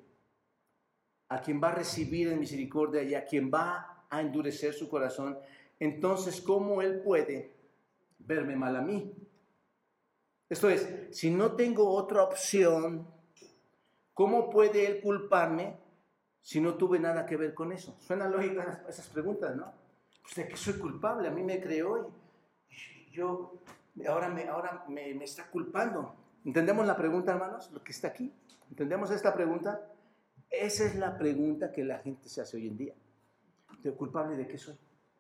a quien va a recibir en misericordia y a quien va a endurecer su corazón, entonces, ¿cómo Él puede verme mal a mí? Esto es, si no tengo otra opción, ¿cómo puede Él culparme si no tuve nada que ver con eso? Suena lógica esas preguntas, ¿no? Pues de que soy culpable, a mí me creó y yo, ahora me, ahora me, me está culpando. ¿Entendemos la pregunta, hermanos? Lo que está aquí. ¿Entendemos esta pregunta? Esa es la pregunta que la gente se hace hoy en día. ¿De culpable de qué soy?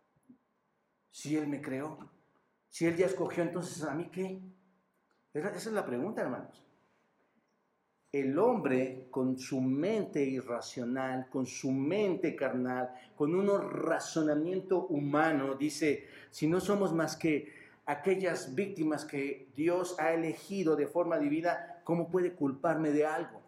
Si Él me creó, si Él ya escogió, entonces ¿a mí qué? Esa es la pregunta, hermanos. El hombre con su mente irracional, con su mente carnal, con un razonamiento humano, dice, si no somos más que aquellas víctimas que Dios ha elegido de forma divina, ¿cómo puede culparme de algo?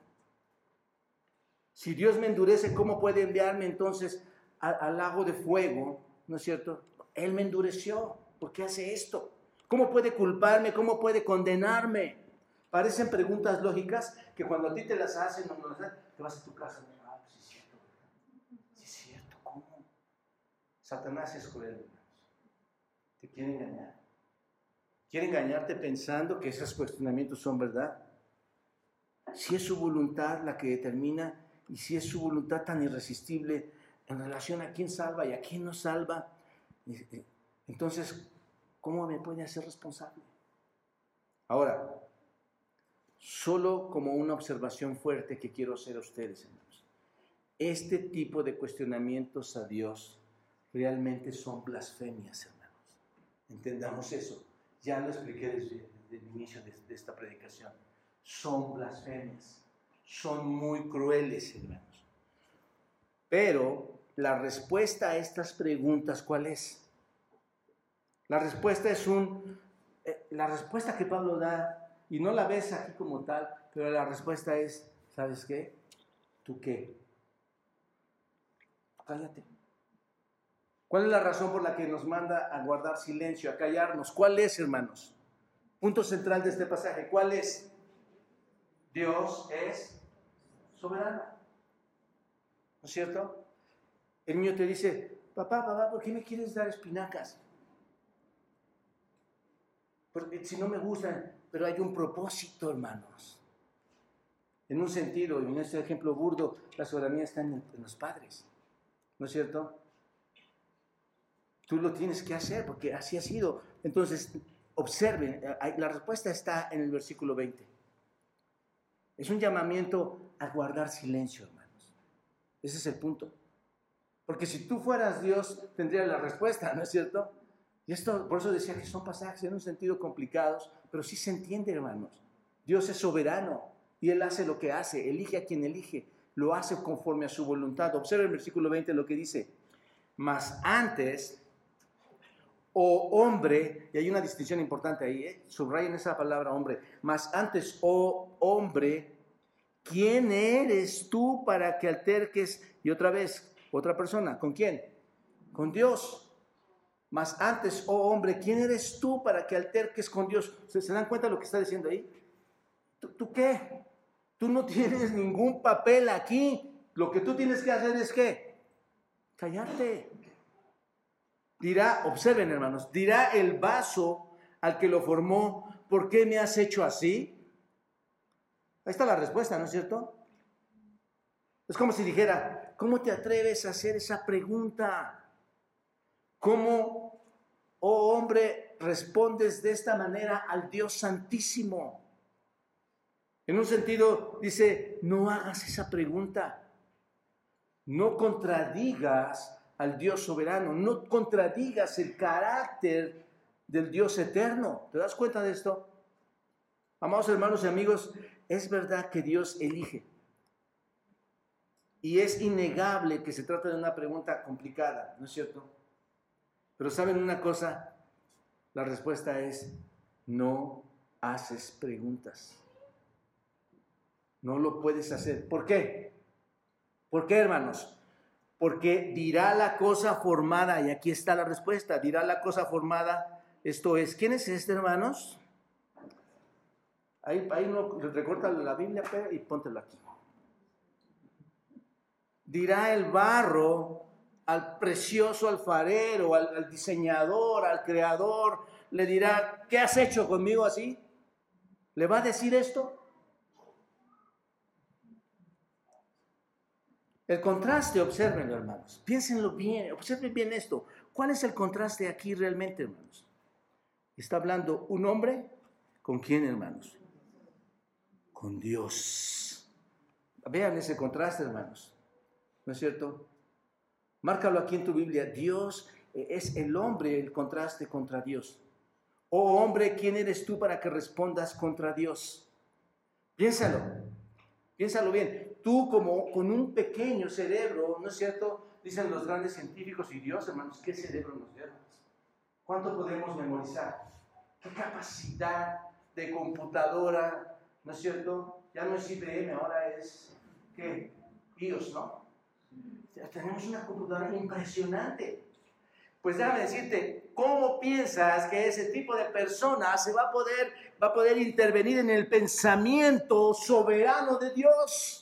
Si Dios me endurece, ¿cómo puede enviarme entonces al, al lago de fuego? ¿No es cierto? Él me endureció. ¿Por qué hace esto? ¿Cómo puede culparme? ¿Cómo puede condenarme? Parecen preguntas lógicas que cuando a ti te las hacen, no, no las hacen, te vas a tu casa. Ah, pues sí es cierto. Sí es cierto, ¿cómo? Satanás es cruel, hermanos. Te quiere engañar. Quiere engañarte pensando que esos cuestionamientos son verdad. Si es su voluntad la que determina y si es su voluntad tan irresistible en relación a quién salva y a quién no salva, entonces, ¿cómo me puede hacer responsable? Ahora, solo como una observación fuerte que quiero hacer a ustedes, hermanos. Este tipo de cuestionamientos a Dios realmente son blasfemias, hermanos. Entendamos eso. Ya lo expliqué desde, desde el inicio de, de esta predicación. Son blasfemias. Son muy crueles, hermanos. Pero la respuesta a estas preguntas, ¿cuál es? La respuesta es un... Eh, la respuesta que Pablo da, y no la ves aquí como tal, pero la respuesta es, ¿sabes qué? ¿Tú qué? Cállate. ¿Cuál es la razón por la que nos manda a guardar silencio, a callarnos? ¿Cuál es, hermanos? Punto central de este pasaje. ¿Cuál es? Dios es soberano. ¿No es cierto? El niño te dice, papá, papá, ¿por qué me quieres dar espinacas? Porque si no me gustan, pero hay un propósito, hermanos. En un sentido, y en este ejemplo burdo, la soberanía está en, en los padres. ¿No es cierto? Tú lo tienes que hacer porque así ha sido. Entonces, observen, la respuesta está en el versículo veinte. Es un llamamiento a guardar silencio, hermanos. Ese es el punto. Porque si tú fueras Dios, tendrías la respuesta, ¿no es cierto? Y esto, por eso decía que son pasajes en un sentido complicados, pero sí se entiende, hermanos. Dios es soberano y Él hace lo que hace, elige a quien elige, lo hace conforme a su voluntad. Observa el versículo veinte lo que dice. Mas antes, oh hombre, y hay una distinción importante ahí, ¿eh? Subrayen esa palabra hombre. Mas antes, oh hombre, ¿quién eres tú para que alterques? Y otra vez, otra persona, ¿con quién? Con Dios. Mas antes, oh hombre, ¿quién eres tú para que alterques con Dios? ¿Se, se dan cuenta de lo que está diciendo ahí? ¿Tú, ¿Tú qué? Tú no tienes ningún papel aquí. Lo que tú tienes que hacer es ¿qué? Callarte. Dirá, observen hermanos, dirá el vaso al que lo formó, ¿por qué me has hecho así? Ahí está la respuesta, ¿no es cierto? Es como si dijera, ¿cómo te atreves a hacer esa pregunta? ¿Cómo, oh hombre, respondes de esta manera al Dios Santísimo? En un sentido, dice, no hagas esa pregunta. No contradigas al Dios soberano. No contradigas el carácter del Dios eterno. ¿Te das cuenta de esto? Amados hermanos y amigos, es verdad que Dios elige. Y es innegable que se trata de una pregunta complicada, ¿no es cierto? Pero ¿saben una cosa? La respuesta es, no haces preguntas. No lo puedes hacer. ¿Por qué? ¿Por qué, hermanos? Porque dirá la cosa formada, y aquí está la respuesta, dirá la cosa formada, esto es, ¿quién es este, hermanos? Ahí, ahí no, recorta la Biblia y póntelo aquí. Dirá el barro al precioso alfarero, al, al diseñador, al creador, le dirá, ¿qué has hecho conmigo así? ¿Le va a decir esto? El contraste, obsérvenlo, hermanos, piénsenlo bien, observen bien esto. ¿Cuál es el contraste aquí realmente, hermanos? Está hablando un hombre, ¿con quién, hermanos? Con Dios. Vean ese contraste, hermanos, ¿no es cierto? Márcalo aquí en tu Biblia. Dios es el hombre, el contraste contra Dios. Oh hombre, ¿quién eres tú para que respondas contra Dios? Piénsalo, piénsalo bien. Tú como con un pequeño cerebro, ¿no es cierto? Dicen los grandes científicos y Dios, hermanos, ¿qué cerebro nos dio? ¿Cuánto podemos memorizar? ¿Qué capacidad de computadora, ¿no es cierto? Ya no es I B M, ahora es, ¿qué? BIOS, ¿no? Ya tenemos una computadora impresionante. Pues déjame decirte, ¿cómo piensas que ese tipo de persona se va a poder, va a poder intervenir en el pensamiento soberano de Dios?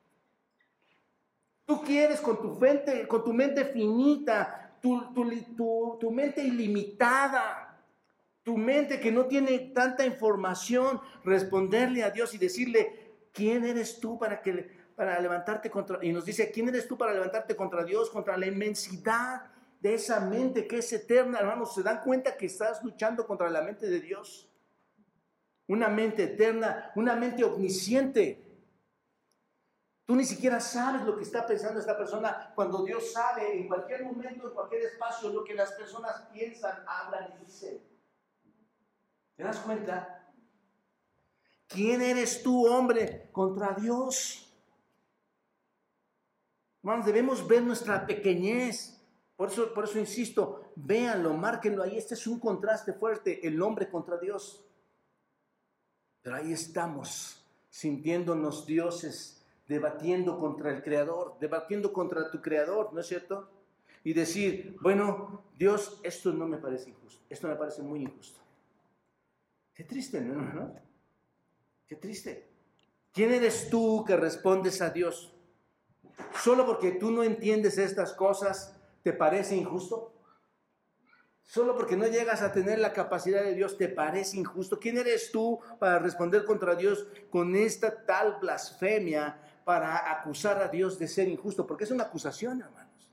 Tú quieres con tu mente, con tu mente finita, tu, tu, tu, tu mente ilimitada, tu mente que no tiene tanta información, responderle a Dios y decirle, ¿quién eres tú para que para levantarte contra, y nos dice, ¿quién eres tú para levantarte contra Dios, contra la inmensidad de esa mente que es eterna? Hermanos, ¿se dan cuenta que estás luchando contra la mente de Dios? Una mente eterna, una mente omnisciente. Tú ni siquiera sabes lo que está pensando esta persona cuando Dios sabe en cualquier momento, en cualquier espacio, lo que las personas piensan, hablan y dicen. ¿Te das cuenta? ¿Quién eres tú, hombre, contra Dios? Hermanos, debemos ver nuestra pequeñez. Por eso, por eso insisto, véanlo, márquenlo ahí. Este es un contraste fuerte, el hombre contra Dios. Pero ahí estamos, sintiéndonos dioses, debatiendo contra el Creador, debatiendo contra tu Creador, ¿no es cierto? Y decir, bueno, Dios, esto no me parece injusto, esto me parece muy injusto. Qué triste, ¿no? ¿no? Qué triste. ¿Quién eres tú que respondes a Dios? ¿Solo porque tú no entiendes estas cosas te parece injusto? ¿Solo porque no llegas a tener la capacidad de Dios te parece injusto? ¿Quién eres tú para responder contra Dios con esta tal blasfemia, para acusar a Dios de ser injusto? Porque es una acusación, hermanos.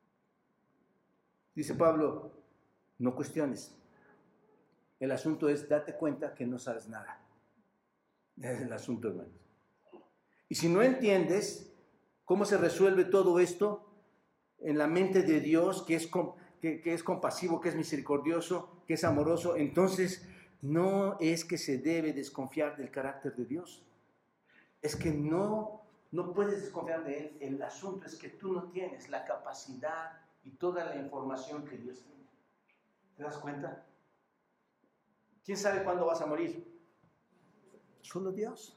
Dice Pablo, no cuestiones. El asunto es, date cuenta que no sabes nada. Es el asunto, hermanos. Y si no entiendes, ¿Cómo se resuelve todo esto? En la mente de Dios, que es, que, que es compasivo, que es misericordioso, que es amoroso. Entonces, no es que se debe desconfiar del carácter de Dios. Es que no, no puedes desconfiar de Él. El asunto es que tú no tienes la capacidad y toda la información que Dios tiene. ¿Te das cuenta? ¿Quién sabe cuándo vas a morir? Solo Dios.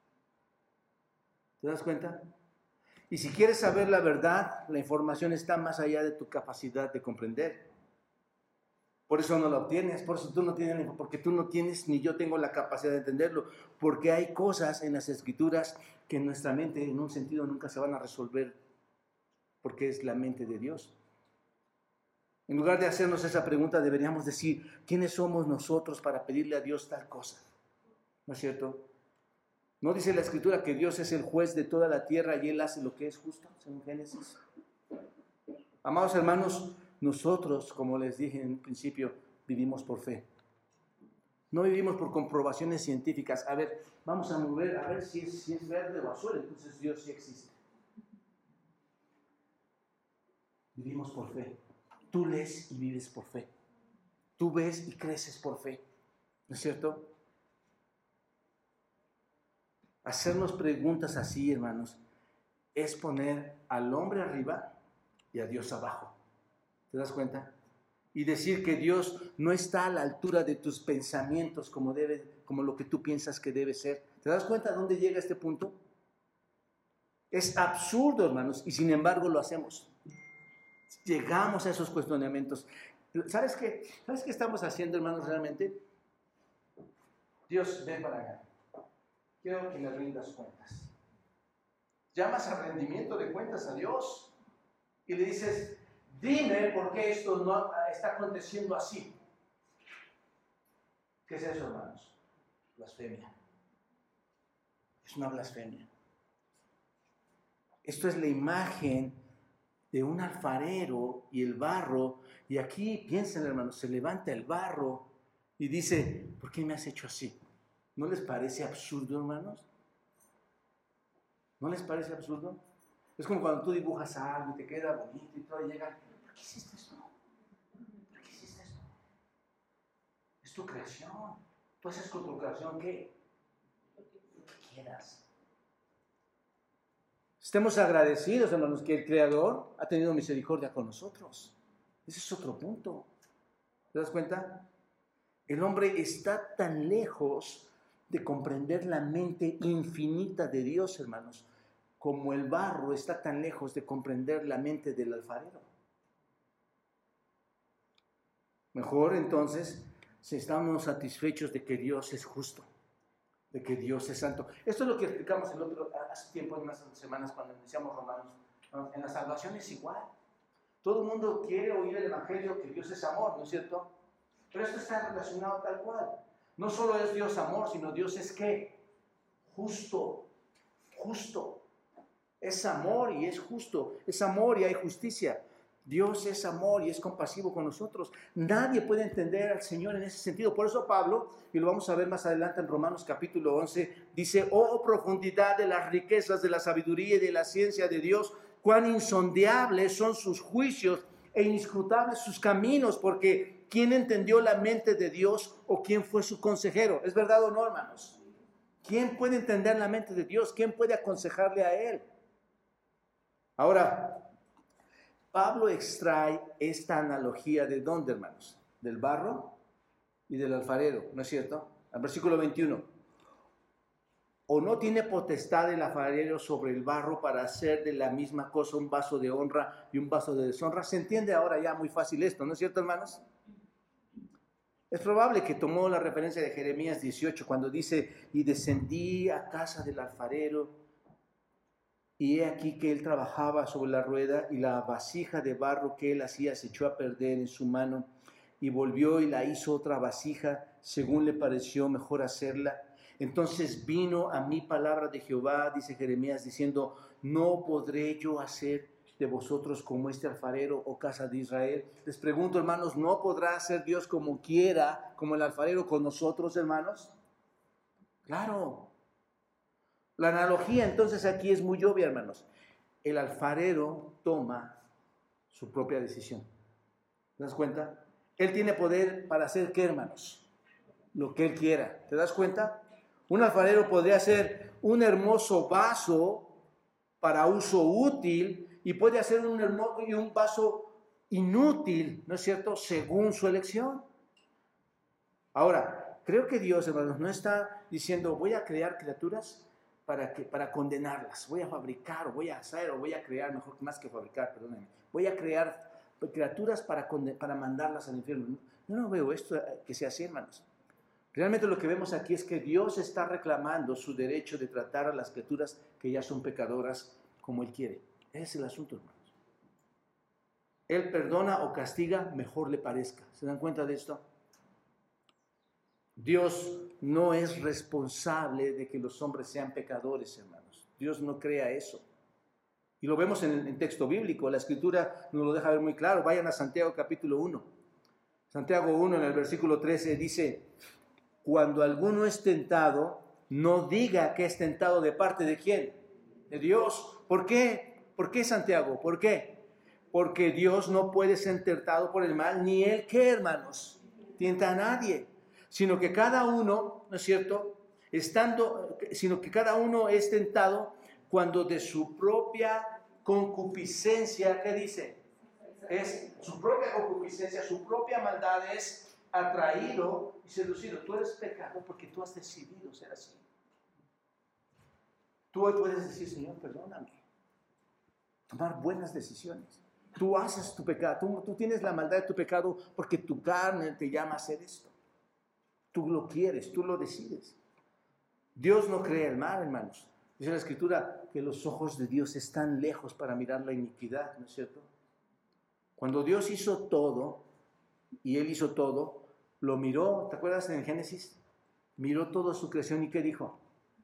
¿Te das cuenta? Y si quieres saber la verdad, la información está más allá de tu capacidad de comprender. Por eso no la obtienes, por eso tú no tienes, porque tú no tienes, ni yo tengo la capacidad de entenderlo, porque hay cosas en las Escrituras que en nuestra mente, en un sentido, nunca se van a resolver, porque es la mente de Dios. En lugar de hacernos esa pregunta, deberíamos decir, ¿quiénes somos nosotros para pedirle a Dios tal cosa? ¿No es cierto? ¿No dice la Escritura que Dios es el juez de toda la tierra y Él hace lo que es justo, según Génesis? Amados hermanos, nosotros, como les dije en un principio, vivimos por fe. No vivimos por comprobaciones científicas. A ver, vamos a mover, a ver si es, si es verde o azul, entonces Dios sí existe. Vivimos por fe. Tú lees y vives por fe. Tú ves y creces por fe. ¿No es cierto? Hacernos preguntas así, hermanos, es poner al hombre arriba y a Dios abajo. ¿Te das cuenta? Y decir que Dios no está a la altura de tus pensamientos como, debe, como lo que tú piensas que debe ser. ¿Te das cuenta dónde llega este punto? Es absurdo, hermanos, y sin embargo lo hacemos. Llegamos a esos cuestionamientos. ¿Sabes qué? ¿Sabes qué estamos haciendo, hermanos, realmente? Dios, ven para acá. Quiero que me rindas cuentas. Llamas al rendimiento de cuentas a Dios y le dices, dime por qué esto no está aconteciendo así. ¿Qué es eso, hermanos? Blasfemia. Es una blasfemia. Esto es la imagen de un alfarero y el barro. Y aquí, piensen, hermanos, se levanta el barro y dice, ¿por qué me has hecho así? ¿No les parece absurdo, hermanos? ¿No les parece absurdo? Es como cuando tú dibujas algo y te queda bonito y todo, y llega, ¿por qué hiciste esto? ¿Por qué hiciste esto? Es tu creación. Tú haces con tu creación, ¿qué? Lo que quieras. Estemos agradecidos, hermanos, que el Creador ha tenido misericordia con nosotros. Ese es otro punto. ¿Te das cuenta? El hombre está tan lejos de comprender la mente infinita de Dios, hermanos, como el barro está tan lejos de comprender la mente del alfarero. Mejor entonces, si estamos satisfechos de que Dios es justo, de que Dios es santo. Esto es lo que explicamos el otro, hace tiempo, en unas semanas, cuando iniciamos Romanos. En la salvación es igual. Todo el mundo quiere oír el Evangelio, que Dios es amor, ¿no es cierto? Pero esto está relacionado tal cual. No solo es Dios amor, sino Dios es ¿qué? Justo, justo. Es amor y es justo. Es amor y hay justicia. Dios es amor y es compasivo con nosotros. Nadie puede entender al Señor en ese sentido. Por eso Pablo, y lo vamos a ver más adelante en Romanos capítulo once, dice, oh profundidad de las riquezas de la sabiduría y de la ciencia de Dios, cuán insondeables son sus juicios e inescrutables sus caminos, porque ¿quién entendió la mente de Dios o quién fue su consejero? ¿Es verdad o no, hermanos? ¿Quién puede entender la mente de Dios? ¿Quién puede aconsejarle a Él? Ahora, Pablo extrae esta analogía ¿de dónde, hermanos? Del barro y del alfarero, ¿no es cierto? Al versículo veintiuno. ¿O no tiene potestad el alfarero sobre el barro para hacer de la misma cosa un vaso de honra y un vaso de deshonra? Se entiende ahora ya muy fácil esto, ¿no es cierto, hermanos? Es probable que tomó la referencia de Jeremías dieciocho cuando dice, y descendí a casa del alfarero, y he aquí que él trabajaba sobre la rueda, y la vasija de barro que él hacía se echó a perder en su mano, y volvió y la hizo otra vasija, según le pareció mejor hacerla. Entonces vino a mí palabra de Jehová, dice Jeremías, diciendo, no podré yo hacer de vosotros como este alfarero, o casa de Israel. Les pregunto, hermanos, ¿no podrá hacer Dios como quiera, como el alfarero con nosotros, hermanos? Claro. La analogía entonces aquí es muy obvia, hermanos. el alfarero toma su propia decisión. ¿Te das cuenta? Él tiene poder para hacer, ¿qué, hermanos? Lo que él quiera. ¿Te das cuenta? Un alfarero podría hacer un hermoso vaso para uso útil y puede hacer un, hermoso, un vaso inútil, ¿no es cierto?, según su elección. Ahora, creo que Dios, hermanos, no está diciendo voy a crear criaturas para, que, para condenarlas, voy a fabricar o voy a hacer o voy a crear, mejor más que fabricar, perdónenme, voy a crear criaturas para, para mandarlas al infierno. Yo no veo esto que sea así, hermanos. Realmente lo que vemos aquí es que Dios está reclamando su derecho de tratar a las criaturas que ya son pecadoras como Él quiere. Ese es el asunto, hermanos. Él perdona o castiga, mejor le parezca. ¿Se dan cuenta de esto? Dios no es responsable de que los hombres sean pecadores, hermanos. Dios no crea eso. Y lo vemos en el texto bíblico. La Escritura nos lo deja ver muy claro. Vayan a Santiago capítulo uno. Santiago uno en el versículo trece dice: cuando alguno es tentado, no diga que es tentado de parte de quién, de Dios. ¿Por qué? ¿Por qué, Santiago? ¿Por qué? Porque Dios no puede ser tentado por el mal, ni Él, ¿qué, hermanos? Tienta a nadie, sino que cada uno, ¿no es cierto?, estando, sino que cada uno es tentado cuando de su propia concupiscencia, ¿qué dice? Es su propia concupiscencia, su propia maldad es atraído y seducido. Tú eres pecado porque tú has decidido ser así. Tú hoy puedes decir: Señor, perdóname. Tomar buenas decisiones. Tú haces tu pecado, tú, tú tienes la maldad de tu pecado porque tu carne te llama a hacer esto. Tú lo quieres, tú lo decides. Dios no crea el mal, hermanos. Dice la Escritura que los ojos de Dios están lejos para mirar la iniquidad, ¿no es cierto? Cuando Dios hizo todo, y Él hizo todo, lo miró, ¿te acuerdas en el Génesis? Miró toda su creación y ¿qué dijo?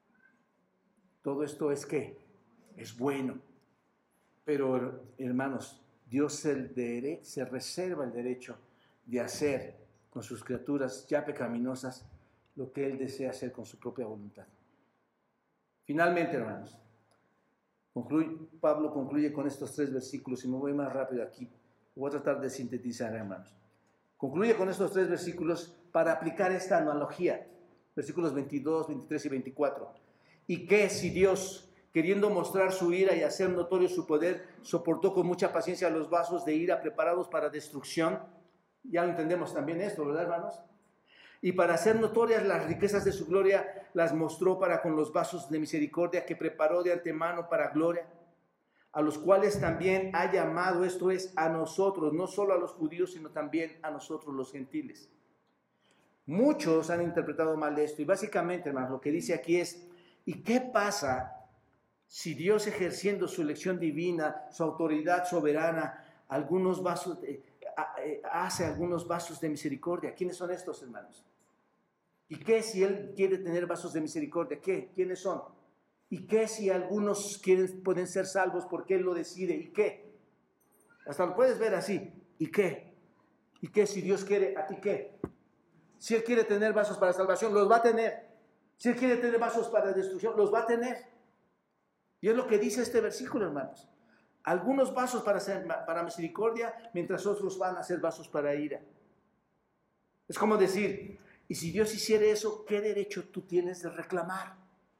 Todo esto es ¿qué? Es bueno. Pero, hermanos, Dios se, dere- se reserva el derecho de hacer con sus criaturas ya pecaminosas lo que Él desea hacer con su propia voluntad. Finalmente, hermanos, concluye, Pablo concluye con estos tres versículos y me voy más rápido aquí. Voy a tratar de sintetizar, hermanos. Concluye con estos tres versículos para aplicar esta analogía. Versículos veintidós, veintitrés y veinticuatro. ¿Y qué si Dios, queriendo mostrar su ira y hacer notorio su poder, soportó con mucha paciencia los vasos de ira preparados para destrucción? Ya lo entendemos también esto, ¿verdad, hermanos? Y para hacer notorias las riquezas de su gloria, las mostró para con los vasos de misericordia que preparó de antemano para gloria, a los cuales también ha llamado, esto es, a nosotros, no solo a los judíos, sino también a nosotros los gentiles. Muchos han interpretado mal esto, y básicamente, hermanos, lo que dice aquí es: ¿y qué pasa si Dios, ejerciendo su elección divina, su autoridad soberana, algunos vasos, eh, eh, hace algunos vasos de misericordia? ¿Quiénes son estos, hermanos? ¿Y qué si Él quiere tener vasos de misericordia? ¿Qué? ¿Quiénes son? ¿Y qué si algunos quieren, pueden ser salvos porque Él lo decide? ¿Y qué? Hasta lo puedes ver así. ¿Y qué? ¿Y qué si Dios quiere? ¿A ti qué? Si Él quiere tener vasos para salvación, los va a tener. Si Él quiere tener vasos para destrucción, los va a tener. Y es lo que dice este versículo, hermanos. Algunos vasos para, ser, para misericordia, mientras otros van a ser vasos para ira. Es como decir, y si Dios hiciera eso, ¿qué derecho tú tienes de reclamar?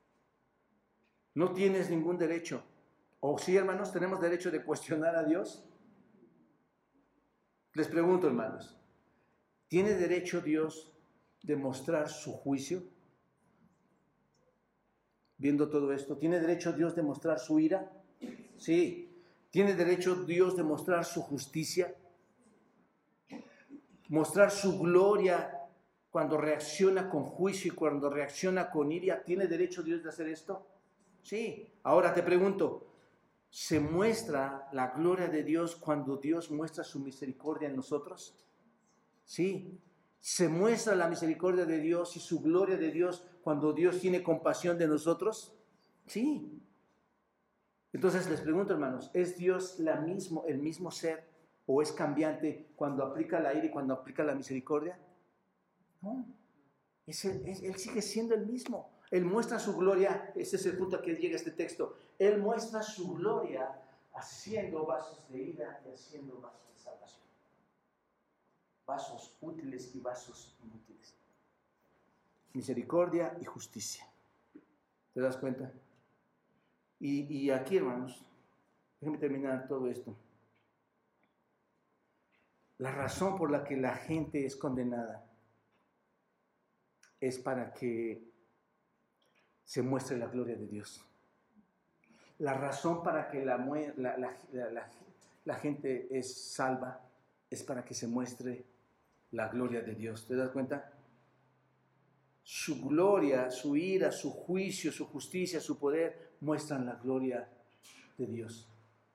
No tienes ningún derecho. ¿O sí, hermanos, tenemos derecho de cuestionar a Dios? Les pregunto, hermanos, ¿tiene derecho Dios de mostrar su juicio? Viendo todo esto, ¿tiene derecho Dios de mostrar su ira? Sí. ¿Tiene derecho Dios de mostrar su justicia? Mostrar su gloria cuando reacciona con juicio y cuando reacciona con ira. ¿Tiene derecho Dios de hacer esto? Sí. Ahora te pregunto, ¿se muestra la gloria de Dios cuando Dios muestra su misericordia en nosotros? Sí. ¿Se muestra la misericordia de Dios y su gloria de Dios cuando Dios tiene compasión de nosotros? Sí. Entonces les pregunto, hermanos, ¿es Dios la mismo, el mismo ser o es cambiante cuando aplica la ira y cuando aplica la misericordia? No. Es el, es, él sigue siendo el mismo. Él muestra su gloria, ese es el punto a que llega este texto. Él muestra su gloria haciendo vasos de ira y haciendo vasos de salvación. Vasos útiles y vasos inútiles. Misericordia y justicia. ¿Te das cuenta? Y, y aquí, hermanos, déjenme terminar todo esto. La razón por la que la gente es condenada es para que se muestre la gloria de Dios. La razón para que la, la, la, la, la gente es salva es para que se muestre la gloria de Dios. ¿Te das cuenta? Su gloria, su ira, su juicio, su justicia, su poder muestran la gloria de Dios.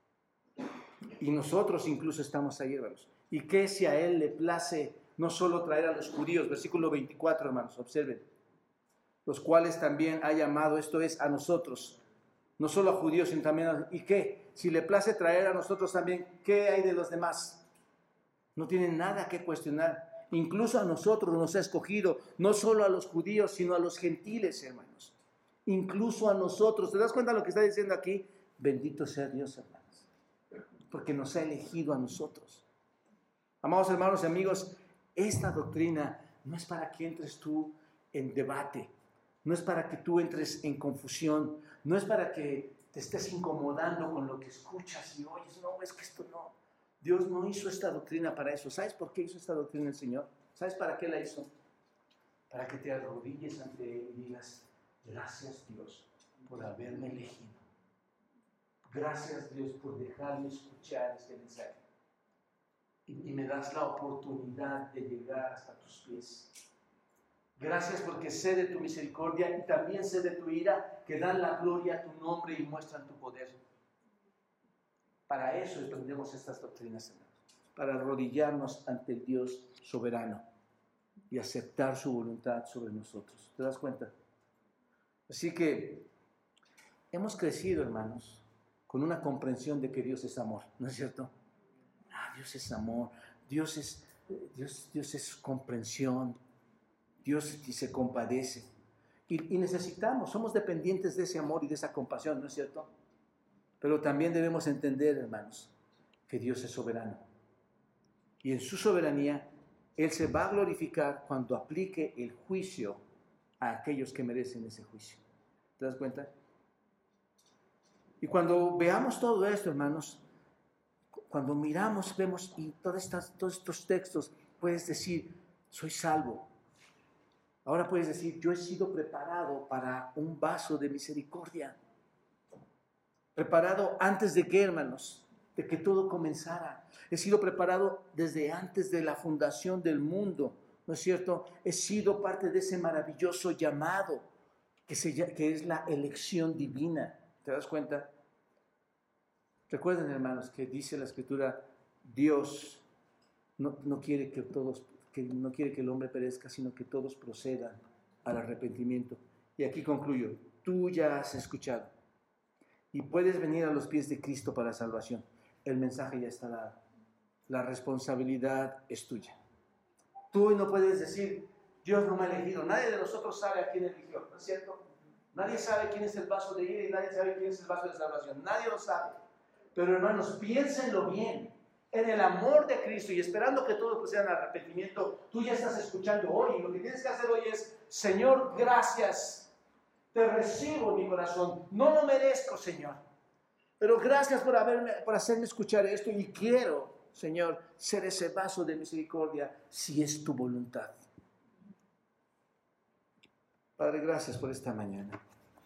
Y nosotros incluso estamos ahí, hermanos. ¿Y qué si a Él le place no solo traer a los judíos? Versículo veinticuatro, hermanos, observen. Los cuales también ha llamado, esto es, a nosotros. No solo a judíos, sino también a... ¿Y qué? Si le place traer a nosotros también, ¿qué hay de los demás? No tienen nada que cuestionar. Incluso a nosotros nos ha escogido, no solo a los judíos, sino a los gentiles, hermanos. Incluso a nosotros. ¿Te das cuenta de lo que está diciendo aquí? Bendito sea Dios, hermanos. Porque nos ha elegido a nosotros. Amados hermanos y amigos, esta doctrina no es para que entres tú en debate, no es para que tú entres en confusión, no es para que te estés incomodando con lo que escuchas y oyes. No, es que esto no. Dios no hizo esta doctrina para eso. ¿Sabes por qué hizo esta doctrina el Señor? ¿Sabes para qué la hizo? Para que te arrodilles ante Él y digas, gracias Dios por haberme elegido. Gracias Dios por dejarme escuchar este mensaje. Y, y me das la oportunidad de llegar hasta tus pies. Gracias porque sé de tu misericordia y también sé de tu ira, que dan la gloria a tu nombre y muestran tu poder. Para eso aprendemos estas doctrinas, hermanos. Para arrodillarnos ante el Dios soberano y aceptar su voluntad sobre nosotros. ¿Te das cuenta? Así que hemos crecido, hermanos, con una comprensión de que Dios es amor, ¿no es cierto? Ah, Dios es amor, Dios es, Dios, Dios es comprensión, Dios se compadece. Y, y necesitamos, somos dependientes de ese amor y de esa compasión, ¿no es cierto? Pero también debemos entender, hermanos, que Dios es soberano. Y en su soberanía, Él se va a glorificar cuando aplique el juicio a aquellos que merecen ese juicio. ¿Te das cuenta? Y cuando veamos todo esto, hermanos, cuando miramos, vemos y todas estas, todos estos textos, puedes decir, soy salvo. Ahora puedes decir, yo he sido preparado para un vaso de misericordia. Preparado antes de qué, hermanos, de que todo comenzara. He sido preparado desde antes de la fundación del mundo, ¿no es cierto? He sido parte de ese maravilloso llamado que, se, que es la elección divina. ¿Te das cuenta? Recuerden, hermanos, que dice la Escritura, Dios no, no quiere que todos, que no quiere que el hombre perezca, sino que todos procedan al arrepentimiento. Y aquí concluyo, tú ya has escuchado y puedes venir a los pies de Cristo para salvación. El mensaje ya está dado. La responsabilidad es tuya. Tú no puedes decir, Dios no me ha elegido. Nadie de nosotros sabe a quién eligió, ¿no es cierto? Nadie sabe quién es el vaso de ira y nadie sabe quién es el vaso de salvación. Nadie lo sabe. Pero hermanos, piénsenlo bien. En el amor de Cristo y esperando que todos procedan al arrepentimiento, tú ya estás escuchando hoy. Y lo que tienes que hacer hoy es, Señor, gracias. Te recibo en mi corazón. No lo merezco, Señor. Pero gracias por, haberme, por hacerme escuchar esto y quiero, Señor, ser ese vaso de misericordia si es tu voluntad. Padre, gracias por esta mañana.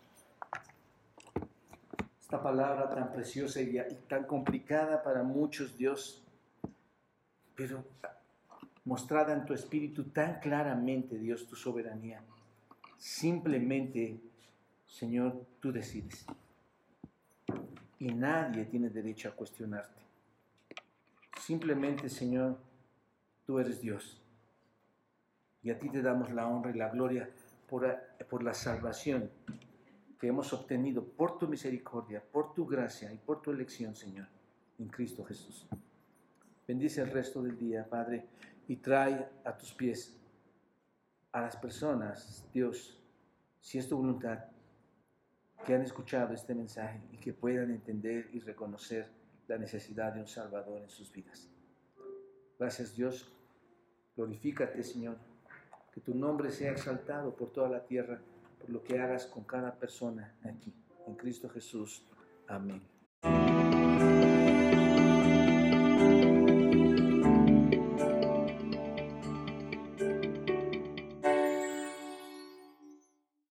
Esta palabra tan preciosa y, y tan complicada para muchos, Dios, pero mostrada en tu espíritu tan claramente, Dios, tu soberanía. Simplemente, Señor, tú decides. Y nadie tiene derecho a cuestionarte. Simplemente, Señor, tú eres Dios. Y a ti te damos la honra y la gloria por, por la salvación que hemos obtenido por tu misericordia, por tu gracia y por tu elección, Señor, en Cristo Jesús. Bendice el resto del día, Padre, y trae a tus pies a las personas, Dios, si es tu voluntad, que han escuchado este mensaje y que puedan entender y reconocer la necesidad de un Salvador en sus vidas. Gracias, Dios. Glorifícate, Señor. Que tu nombre sea exaltado por toda la tierra, por lo que hagas con cada persona aquí. En Cristo Jesús. Amén.